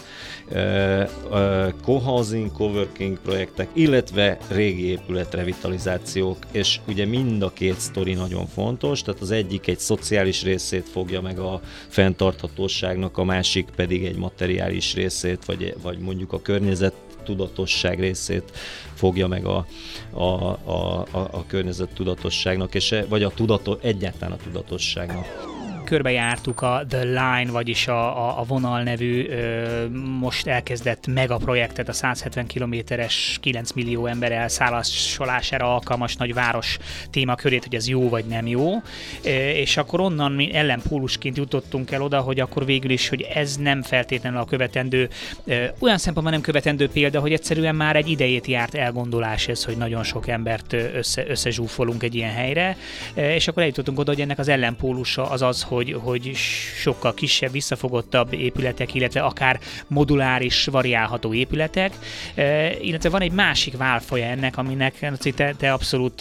Co-housing, coworking projektek, illetve régi épület revitalizációk, és ugye mind a két sztori nagyon fontos, tehát az egyik egy szociális részét fogja meg a fenntarthatóságnak, a másik pedig egy materiális részét, vagy, vagy mondjuk a környezet tudatosság részét fogja meg a, a, a, a, a környezet tudatosságnak, és, vagy a tudato, egyáltalán a tudatosságnak. Körbejártuk a The Line, vagyis a, a, a vonal nevű ö, most elkezdett megaprojektet, a száz hetven kilométeres, kilenc millió ember elszállásolására alkalmas nagyváros témakörét, hogy ez jó vagy nem jó. E, és akkor onnan mi ellenpólusként jutottunk el oda, hogy akkor végül is, hogy ez nem feltétlenül a követendő, e, olyan szempontból nem követendő példa, hogy egyszerűen már egy idejét járt elgondolás ez, hogy nagyon sok embert össze, összezsúfolunk egy ilyen helyre, e, és akkor eljutottunk oda, hogy ennek az ellenpólusa az az, hogy, hogy sokkal kisebb, visszafogottabb épületek, illetve akár moduláris, variálható épületek, e, illetve van egy másik válfaja ennek, aminek te, te abszolút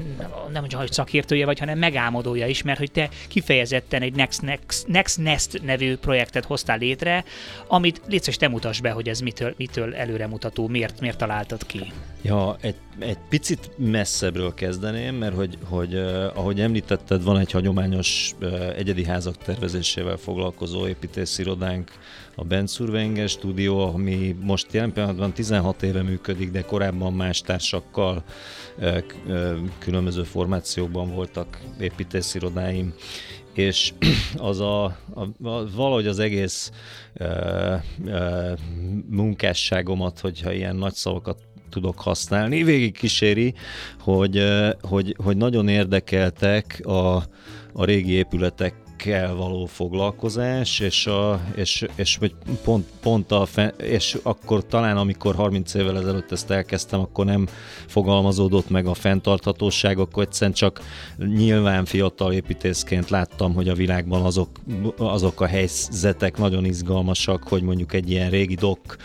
nem csak hogy szakértője vagy, hanem megálmodója is, mert hogy te kifejezetten egy Next, Next, Next Nest nevű projektet hoztál létre, amit létszés te mutasd be, hogy ez mitől, mitől előremutató, miért, miért találtad ki? Ja, egy, egy picit messzebbről kezdeném, mert hogy, hogy uh, ahogy említetted, van egy hagyományos uh, egyedi házak tervezésével foglalkozó építészirodánk, a Benzurwenger Stúdió, ami most jelen pillanatban tizenhat éve működik, de korábban más társakkal uh, uh, különböző formációkban voltak építészirodáim, és az a, a, a, valahogy az egész uh, uh, munkásságomat, hogyha ilyen nagy szavakat tudok használni, végig kíséri, hogy, hogy, hogy nagyon érdekeltek a, a régi épületekkel való foglalkozás, és, a, és, és pont, pont a, és akkor talán, amikor harminc évvel ezelőtt ezt elkezdtem, akkor nem fogalmazódott meg a fenntarthatóság, akkor egyszerűen csak nyilván fiatal építészként láttam, hogy a világban azok, azok a helyzetek nagyon izgalmasak, hogy mondjuk egy ilyen régi dok,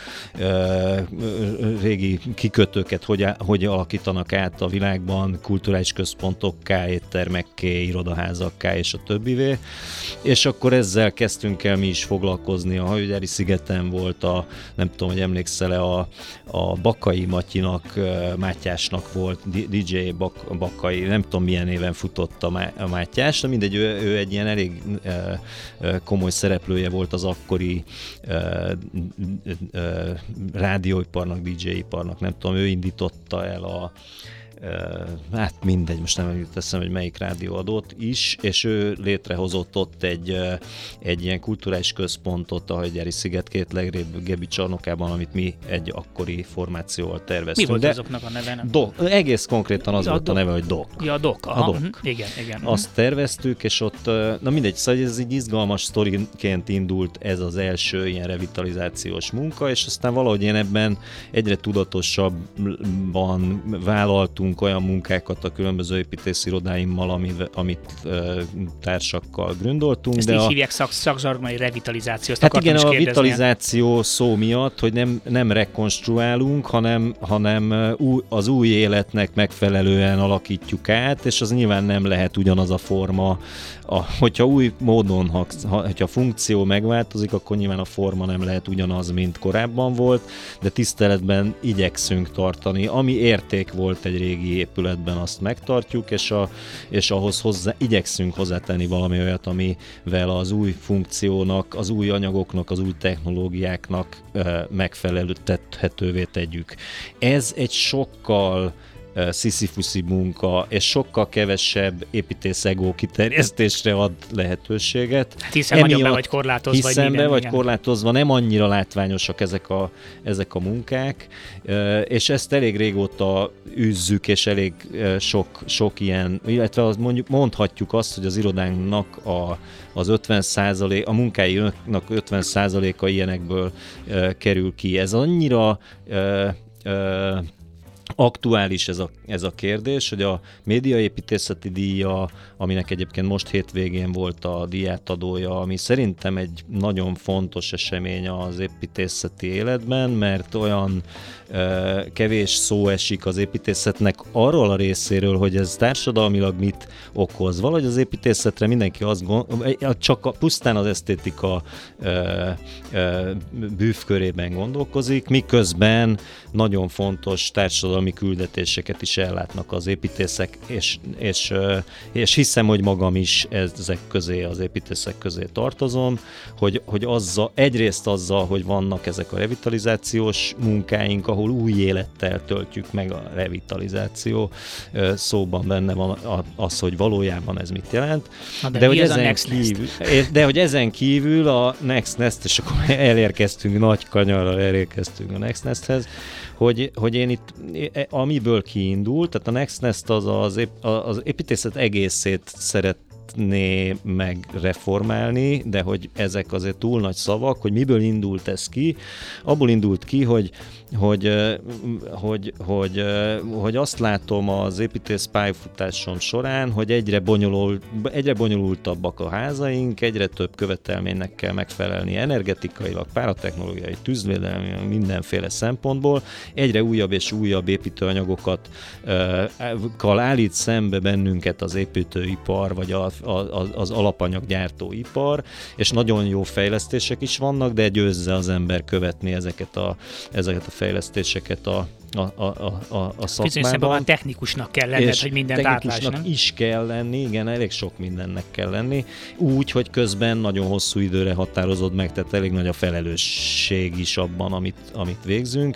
régi kikötőket hogy, hogy alakítanak át a világban kulturális központokká, éttermekké, irodaházakká és a többivé. És akkor ezzel kezdtünk el mi is foglalkozni. A Hajógyári szigeten volt a, nem tudom, hogy emlékszel-e, a, a Bakai Matyinak, Mátyásnak volt dé dzsé Bak, Bakai, nem tudom milyen éven futott a, Má, a Mátyás, de mindegy, ő, ő egy ilyen elég e, e, komoly szereplője volt az akkori e, e, rádióiparnak, dé dzsé-iparnak, nem tudom, ő indította el a hát mindegy, most nem jut eszembe, hogy melyik rádióadót is, és ő létrehozott ott egy, egy ilyen kulturális központot a Hajógyári sziget két legrégebbi csarnokában, amit mi egy akkori formációval terveztünk. Mi volt azoknak a neve? Dok, egész konkrétan az a volt do- a neve, hogy Dok. Ja, Dok. A Dok. Igen, igen. Azt terveztük, és ott, na mindegy, szóval ez egy izgalmas sztoriként indult ez az első ilyen revitalizációs munka, és aztán valahogy én ebben egyre tudatosabban vállaltunk olyan munkákat a különböző építészirodáimmal, amit, amit uh, társakkal gründoltunk. Ezt de így a... hívják szak, szakzsargonai revitalizációt. Hát igen, a vitalizáció szó miatt, hogy nem, nem rekonstruálunk, hanem, hanem új, az új életnek megfelelően alakítjuk át, és az nyilván nem lehet ugyanaz a forma. A, hogyha új módon, ha, hogyha a funkció megváltozik, akkor nyilván a forma nem lehet ugyanaz, mint korábban volt, de tiszteletben igyekszünk tartani. Ami érték volt egy régi épületben, azt megtartjuk, és, a, és ahhoz hozzá, igyekszünk hozzátenni valami olyat, amivel az új funkciónak, az új anyagoknak, az új technológiáknak e, megfelelőtethetővé tegyük. Ez egy sokkal sziszifuszi munka, és sokkal kevesebb építészegó kiterjesztésre ad lehetőséget. Hát hiszen nagyon be vagy korlátozva. Hiszen minden, be vagy igen. korlátozva, nem annyira látványosak ezek a, ezek a munkák, és ezt elég régóta űzzük, és elég sok, sok ilyen, illetve az mondjuk mondhatjuk azt, hogy az irodánknak a, az ötven százalék, a munkáinak ötven százaléka ilyenekből kerül ki. Ez annyira aktuális ez a, ez a kérdés, hogy a médiaépítészeti díja, aminek egyébként most hétvégén volt a díjátadója, ami szerintem egy nagyon fontos esemény az építészeti életben, mert olyan ö, kevés szó esik az építészetnek arról a részéről, hogy ez társadalmilag mit okoz. Valahogy az építészetre mindenki azt gond, csak a, pusztán az esztétika ö, ö, bűvkörében gondolkozik, miközben nagyon fontos társadalmi küldetéseket is ellátnak az építészek, és, és, és hiszem, hogy magam is ezek közé, az építészek közé tartozom, hogy, hogy azzal, egyrészt azzal, hogy vannak ezek a revitalizációs munkáink, ahol új élettel töltjük meg a revitalizáció, szóban benne van az, hogy valójában ez mit jelent. Na de, de, hogy ezen kívül, de hogy ezen kívül a Next Nest, és akkor elérkeztünk, nagy kanyarral elérkeztünk a Next Nesthez, hogy, hogy én itt, amiből kiindult, tehát a Next Nest az az, ép, az építészet egészét szeretné megreformálni, de hogy ezek azért túl nagy szavak, hogy miből indult ez ki. Abból indult ki, hogy Hogy, hogy, hogy, hogy azt látom az építész pályafutásom során, hogy egyre, bonyolul, egyre bonyolultabbak a házaink, egyre több követelménynek kell megfelelni energetikailag, páratechnológiai, tűzvédelmi, mindenféle szempontból. Egyre újabb és újabb építőanyagokat kal állít szembe bennünket az építőipar, vagy a, a, az alapanyaggyártóipar, és nagyon jó fejlesztések is vannak, de győzze az ember követni ezeket a, ezeket a fejlesztéseket a, a, a, a, a szakmában. Technikusnak kell lenned, hogy mindent átlásd, nem? is kell lenni, igen, elég sok mindennek kell lenni, úgy, hogy közben nagyon hosszú időre határozod meg, tehát elég nagy a felelősség is abban, amit, amit végzünk,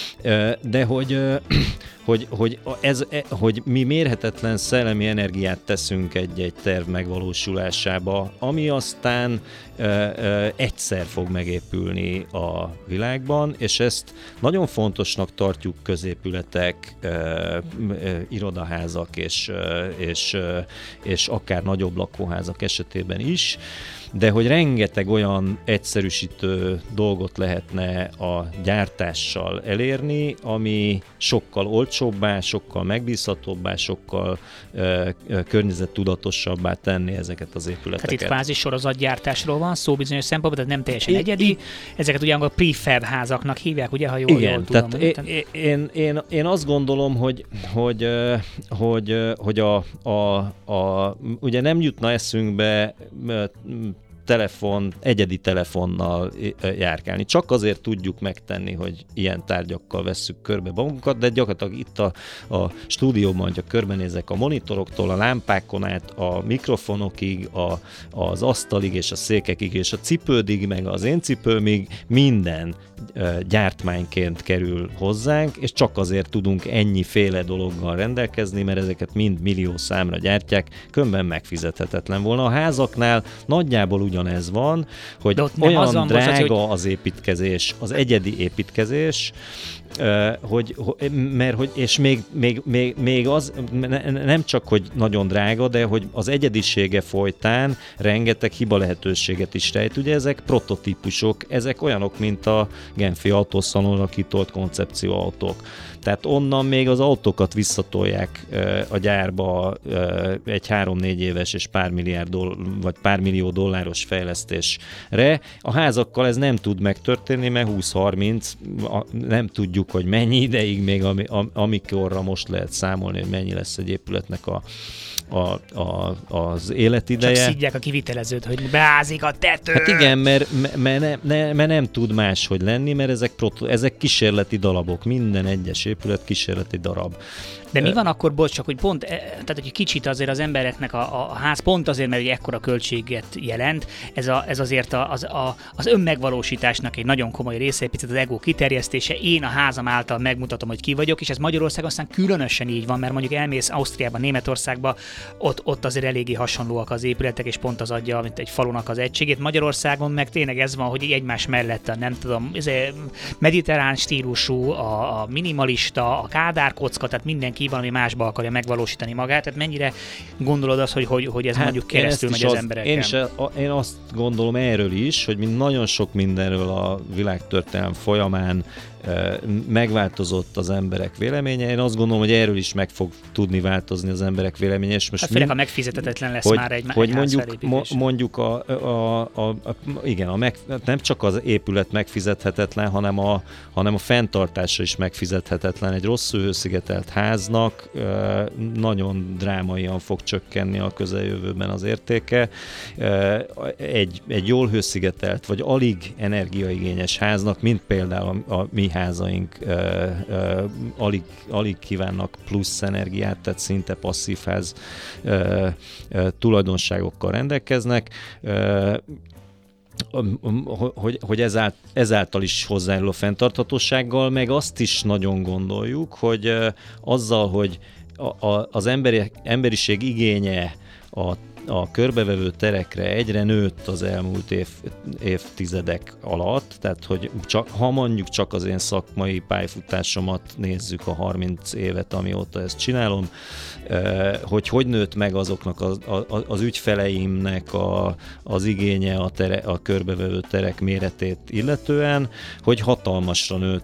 de hogy Hogy, hogy, ez, hogy mi mérhetetlen szellemi energiát teszünk egy-egy terv megvalósulásába, ami aztán ö, ö, egyszer fog megépülni a világban, és ezt nagyon fontosnak tartjuk középületek, ö, ö, irodaházak és, ö, és, ö, és akár nagyobb lakóházak esetében is, de hogy rengeteg olyan egyszerűsítő dolgot lehetne a gyártással elérni, ami sokkal olcsóbbá, sokkal megbízhatóbbá, sokkal ö, ö, környezettudatosabbá tenni ezeket az épületeket. Tehát itt kvázi sorozatgyártásról van szó bizonyos szempontból, tehát nem teljesen I, egyedi. I, ezeket ugye a prefab házaknak hívják, ugye, ha jól, igen, jól tudom. Tehát én, én, én, én azt gondolom, hogy, hogy, hogy, hogy a, a, a, ugye nem jutna eszünkbe telefon, egyedi telefonnal járkálni. Csak azért tudjuk megtenni, hogy ilyen tárgyakkal vesszük körbe magunkat, de gyakorlatilag itt a, a stúdióban, ha körbenézek a monitoroktól, a lámpákon át, a mikrofonokig, a, az asztalig és a székekig és a cipődig, meg az én cipőmig minden gyártmányként kerül hozzánk, és csak azért tudunk ennyiféle dologgal rendelkezni, mert ezeket mind millió számra gyártják, különben megfizethetetlen volna. A házaknál nagyjából ugyanez van, hogy olyan drága hogy... az építkezés, az egyedi építkezés, hogy, mert hogy, és még, még, még, még az nem csak, hogy nagyon drága, de hogy az egyedisége folytán rengeteg hiba lehetőséget is rejt. Ugye ezek prototípusok, ezek olyanok, mint a Genfi autószalonra kitolt koncepcióautók. Tehát onnan még az autókat visszatolják a gyárba egy három-négy éves és pár milliárd doll- vagy pár millió dolláros fejlesztésre. A házakkal ez nem tud megtörténni, mert húsz-harminc, nem tudjuk, hogy mennyi ideig még, amikorra most lehet számolni, hogy mennyi lesz egy épületnek a A, a, az életideje. Csak szidják a kivitelezőt, hogy beázik a tető. Hát igen, mert, mert, nem, ne, mert nem tud máshogy lenni, mert ezek, proto, ezek kísérleti darabok. Minden egyes épület kísérleti darab. De mi van akkor, bocs, csak hogy pont, tehát hogy kicsit azért az embereknek a, a ház pont azért, mert ugye ekkora költséget jelent, ez, a, ez azért a, az, a, az önmegvalósításnak egy nagyon komoly része, egy picit az ego kiterjesztése. Én a házam által megmutatom, hogy ki vagyok, és ez Magyarországon aztán különösen így van, mert mondjuk elmész Ausztriába, Németországba, ott, ott azért eléggé hasonlóak az épületek, és pont az adja, mint egy falunak az egységét. Magyarországon meg tényleg ez van, hogy egymás mellett, nem tudom, ez mediterrán stílusú, a, a minimalista, a kádárkocka, tehát mindenki valami másba akarja megvalósítani magát, tehát mennyire gondolod azt, hogy, hogy, hogy ez hát mondjuk keresztül megy az, az embereken? Én, se, a, én azt gondolom erről is, hogy mind nagyon sok mindenről a világtörténelem folyamán megváltozott az emberek véleménye. Én azt gondolom, hogy erről is meg fog tudni változni az emberek véleménye. És most hát főleg, ha megfizethetetlen lesz hogy, már egy, hogy egy mondjuk, mo- mondjuk a, a, a, a, igen, a meg, nem csak az épület megfizethetetlen, hanem a, hanem a fenntartása is megfizethetetlen. Egy rosszul hőszigetelt háznak nagyon drámaian fog csökkenni a közeljövőben az értéke. Egy, egy jól hőszigetelt, vagy alig energiaigényes háznak, mint például a, a mi házaink alig, alig kívánnak plusz energiát, tehát szinte passzív ház tulajdonságokkal rendelkeznek, hogy, hogy ezált, ezáltal is hozzájárul a fenntarthatósággal, meg azt is nagyon gondoljuk, hogy azzal, hogy a, a, az emberi, emberiség igénye a a körbevevő terekre egyre nőtt az elmúlt év, évtizedek alatt, tehát hogy csak, ha mondjuk csak az én szakmai pályafutásomat nézzük, a harminc évet, amióta ezt csinálom, hogy hogy nőtt meg azoknak az, az ügyfeleimnek a, az igénye a, tere, a körbevevő terek méretét illetően, hogy hatalmasra nőtt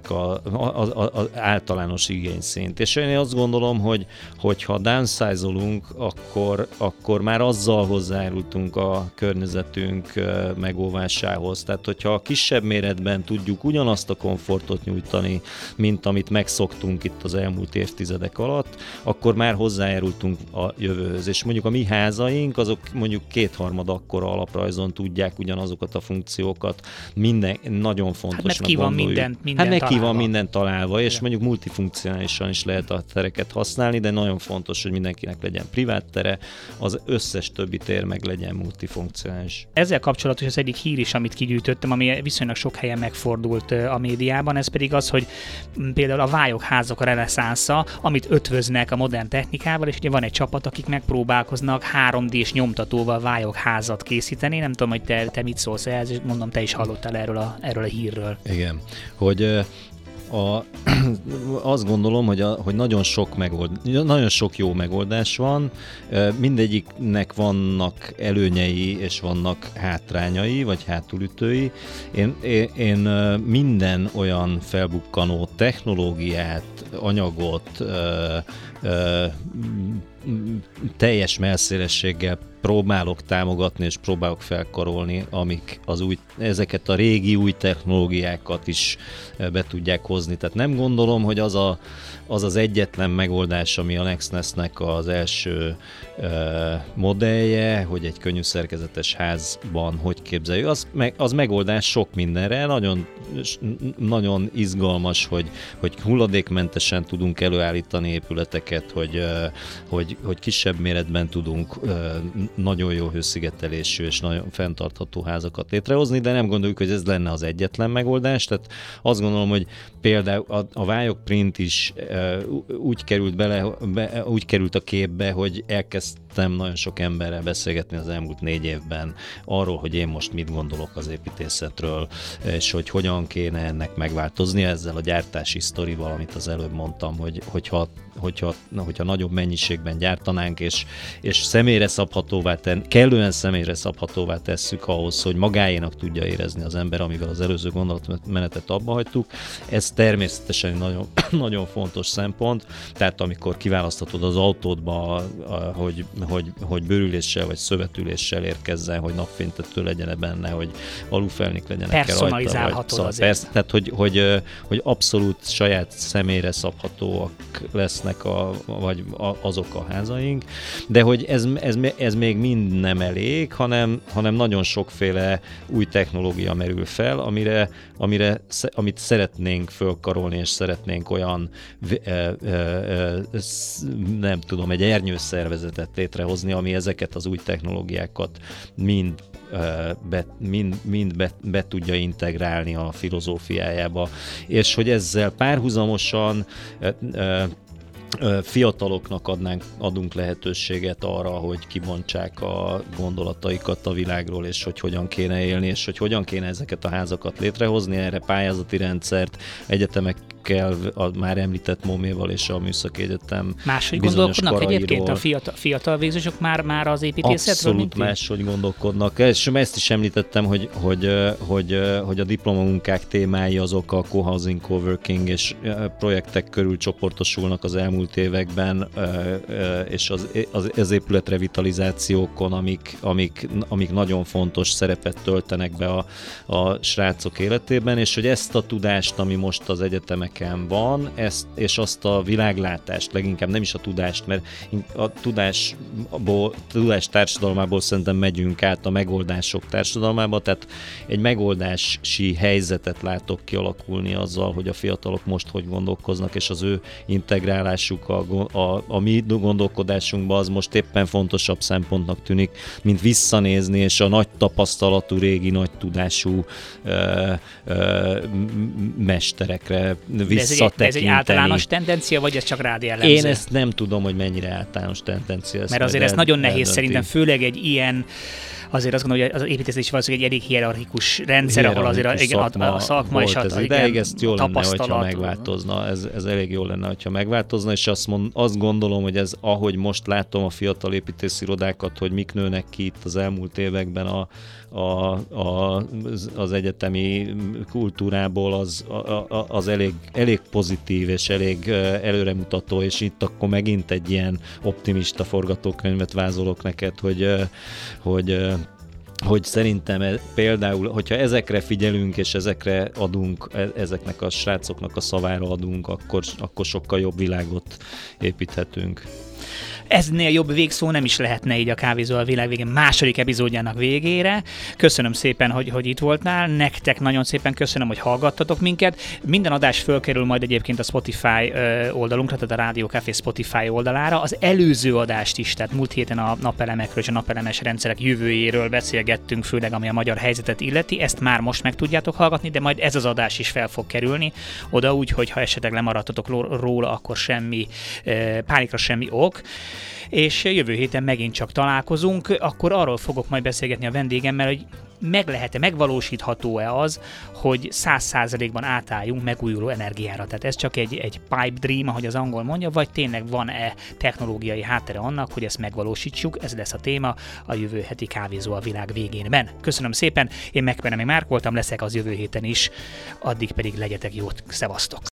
az általános igényszint. És én azt gondolom, hogy hogyha downsize-olunk, akkor, akkor már azzal hozzájárultunk a környezetünk megóvásához. Tehát, hogyha a kisebb méretben tudjuk ugyanazt a komfortot nyújtani, mint amit megszoktunk itt az elmúlt évtizedek alatt, akkor már hozzájárultunk a jövőhöz. És mondjuk a mi házaink, azok mondjuk kétharmad akkora alaprajzon tudják ugyanazokat a funkciókat. Minden nagyon fontosnak hát, ki van mindent, mindent hát neki van minden találva, és mondjuk multifunkcionálisan is lehet a tereket használni, de nagyon fontos, hogy mindenkinek legyen privát tere, az összes többi tér meg legyen multifunkcionális. Ezzel kapcsolatos az egyik hír is, amit kigyűjtöttem, ami viszonylag sok helyen megfordult a médiában, ez pedig az, hogy például a vályogházak a reneszánsza, amit ötvöznek a modern technikával, és ugye van egy csapat, akik megpróbálkoznak három dés nyomtatóval vályogházat készíteni. Nem tudom, hogy te, te mit szólsz ehhez, és mondom, te is hallottál erről a, erről a hírről. Igen, hogy A, azt gondolom, hogy, a, hogy nagyon, sok megold, nagyon sok jó megoldás van, mindegyiknek vannak előnyei és vannak hátrányai, vagy hátulütői. Én, én, én minden olyan felbukkanó technológiát, anyagot, ö, ö, teljes mellszélességgel próbálok támogatni és próbálok felkarolni, amik az új, ezeket a régi új technológiákat is be tudják hozni. Tehát nem gondolom, hogy az a, az, az egyetlen megoldás, ami a NextNest-nek az első uh, modellje, hogy egy könnyű szerkezetes házban hogy képzeljük. Az, meg, az megoldás sok mindenre, nagyon, nagyon izgalmas, hogy, hogy hulladékmentesen tudunk előállítani épületeket, hogy, uh, hogy, hogy kisebb méretben tudunk uh, nagyon jó hőszigetelésű és nagyon fenntartható házakat létrehozni, de nem gondoljuk, hogy ez lenne az egyetlen megoldás. Tehát azt gondolom, hogy például a, a vályok print is uh, úgy került bele, be, úgy került a képbe, hogy elkezdtem nagyon sok emberrel beszélgetni az elmúlt négy évben arról, hogy én most mit gondolok az építészetről, és hogy hogyan kéne ennek megváltozni ezzel a gyártási sztorival, amit az előbb mondtam, hogy, hogyha, hogyha, hogyha nagyobb mennyiségben gyártanánk, és, és személyre szabhatóvá ten, kellően személyre szabhatóvá tesszük ahhoz, hogy magáénak tudja érezni az ember, amivel az előző gondolatmenetet abba hagytuk. Ez természetesen nagyon, nagyon fontos szempont, tehát amikor kiválaszthatod az autódba, hogy, hogy, hogy bőrüléssel vagy szövetüléssel érkezzen, hogy napfénytető legyen benne, hogy alufelnik legyenek rajta. Personalizálhatod szóval azért. Persze, tehát, hogy, hogy, hogy abszolút saját személyre szabhatóak lesznek a, vagy azok a házaink, de hogy ez, ez, ez még mind nem elég, hanem, hanem nagyon sokféle új technológia merül fel, amire, amire amit szeretnénk fölkarolni, és szeretnénk olyan nem tudom, egy ernyőszervezetet létrehozni, ami ezeket az új technológiákat mind Be, mind, mind be, be tudja integrálni a filozófiájába, és hogy ezzel párhuzamosan fiataloknak adnánk, adunk lehetőséget arra, hogy kibontsák a gondolataikat a világról, és hogy hogyan kéne élni, és hogy hogyan kéne ezeket a házakat létrehozni, erre pályázati rendszert, egyetemek vezetőkkel, a már említett Moméval és a Műszaki Egyetem máshogy bizonyos gondolkodnak korairól. egyébként a fiatal, fiatal végzősök már, már az építészetről? Abszolút máshogy gondolkodnak. És ezt is említettem, hogy, hogy, hogy, hogy a diplomamunkák témái azok a co-housing, co-working és projektek körül csoportosulnak az elmúlt években, és az, az, az épület revitalizációkon, amik, amik, amik nagyon fontos szerepet töltenek be a, a srácok életében, és hogy ezt a tudást, ami most az egyetemeken van, ezt, és azt a világlátást, leginkább nem is a tudást, mert a tudásból, tudás társadalmából szerintem megyünk át a megoldások társadalmába, tehát egy megoldási helyzetet látok kialakulni azzal, hogy a fiatalok most hogy gondolkoznak, és az ő integrálásuk a, a, a mi gondolkodásunkba az most éppen fontosabb szempontnak tűnik, mint visszanézni, és a nagy tapasztalatú, régi, nagy tudású ö, ö, mesterekre visszatekinteni. De ez egy általános tendencia, vagy ez csak rád jellemző? Én ezt nem tudom, hogy mennyire általános tendencia. Mert azért ez nagyon nehéz eldönti. Szerintem, főleg egy ilyen, azért azt gondolom, hogy az építészet valószínűleg egy elég hierarchikus rendszer, ahol azért a, igen, szakma, a szakma és a, ez a, ideig, ezt jó lenne, hogyha megváltozna. Ez, ez elég jó lenne, hogyha megváltozna, és azt, mond, azt gondolom, hogy ez, ahogy most látom a fiatal építészirodákat, hogy mik nőnek ki itt az elmúlt években a, a, a, az egyetemi kultúrából, az, a, az elég, elég pozitív és elég előremutató, és itt akkor megint egy ilyen optimista forgatókönyvet vázolok neked, hogy, hogy hogy szerintem például, hogyha ezekre figyelünk, és ezekre adunk, ezeknek a srácoknak a szavára adunk, akkor, akkor sokkal jobb világot építhetünk. Eznél jobb végszó nem is lehetne így a Kávézó a világ végén második epizódjának végére. Köszönöm szépen, hogy, hogy itt voltál. Nektek nagyon szépen köszönöm, hogy hallgattatok minket. Minden adás fölkerül majd egyébként a Spotify oldalunkra, tehát a Rádió Café Spotify oldalára. Az előző adást is, tehát múlt héten a napelemekről és a napelemes rendszerek jövőjéről beszélgettünk, főleg ami a magyar helyzetet illeti. Ezt már most meg tudjátok hallgatni, de majd ez az adás is fel fog kerülni oda úgy, hogy ha esetleg lemaradtatok róla, akkor semmi pánikra semmi ok. És jövő héten megint csak találkozunk, akkor arról fogok majd beszélgetni a vendégemmel, hogy meg lehet-e, megvalósítható-e az, hogy száz százalékban átálljunk megújuló energiára. Tehát ez csak egy, egy pipe dream, ahogy az angol mondja, vagy tényleg van-e technológiai háttere annak, hogy ezt megvalósítsuk. Ez lesz a téma a jövő heti Kávézó a világ végénben. Köszönöm szépen, én Megmenemi Márk voltam, leszek az jövő héten is, addig pedig legyetek jót, szevasztok!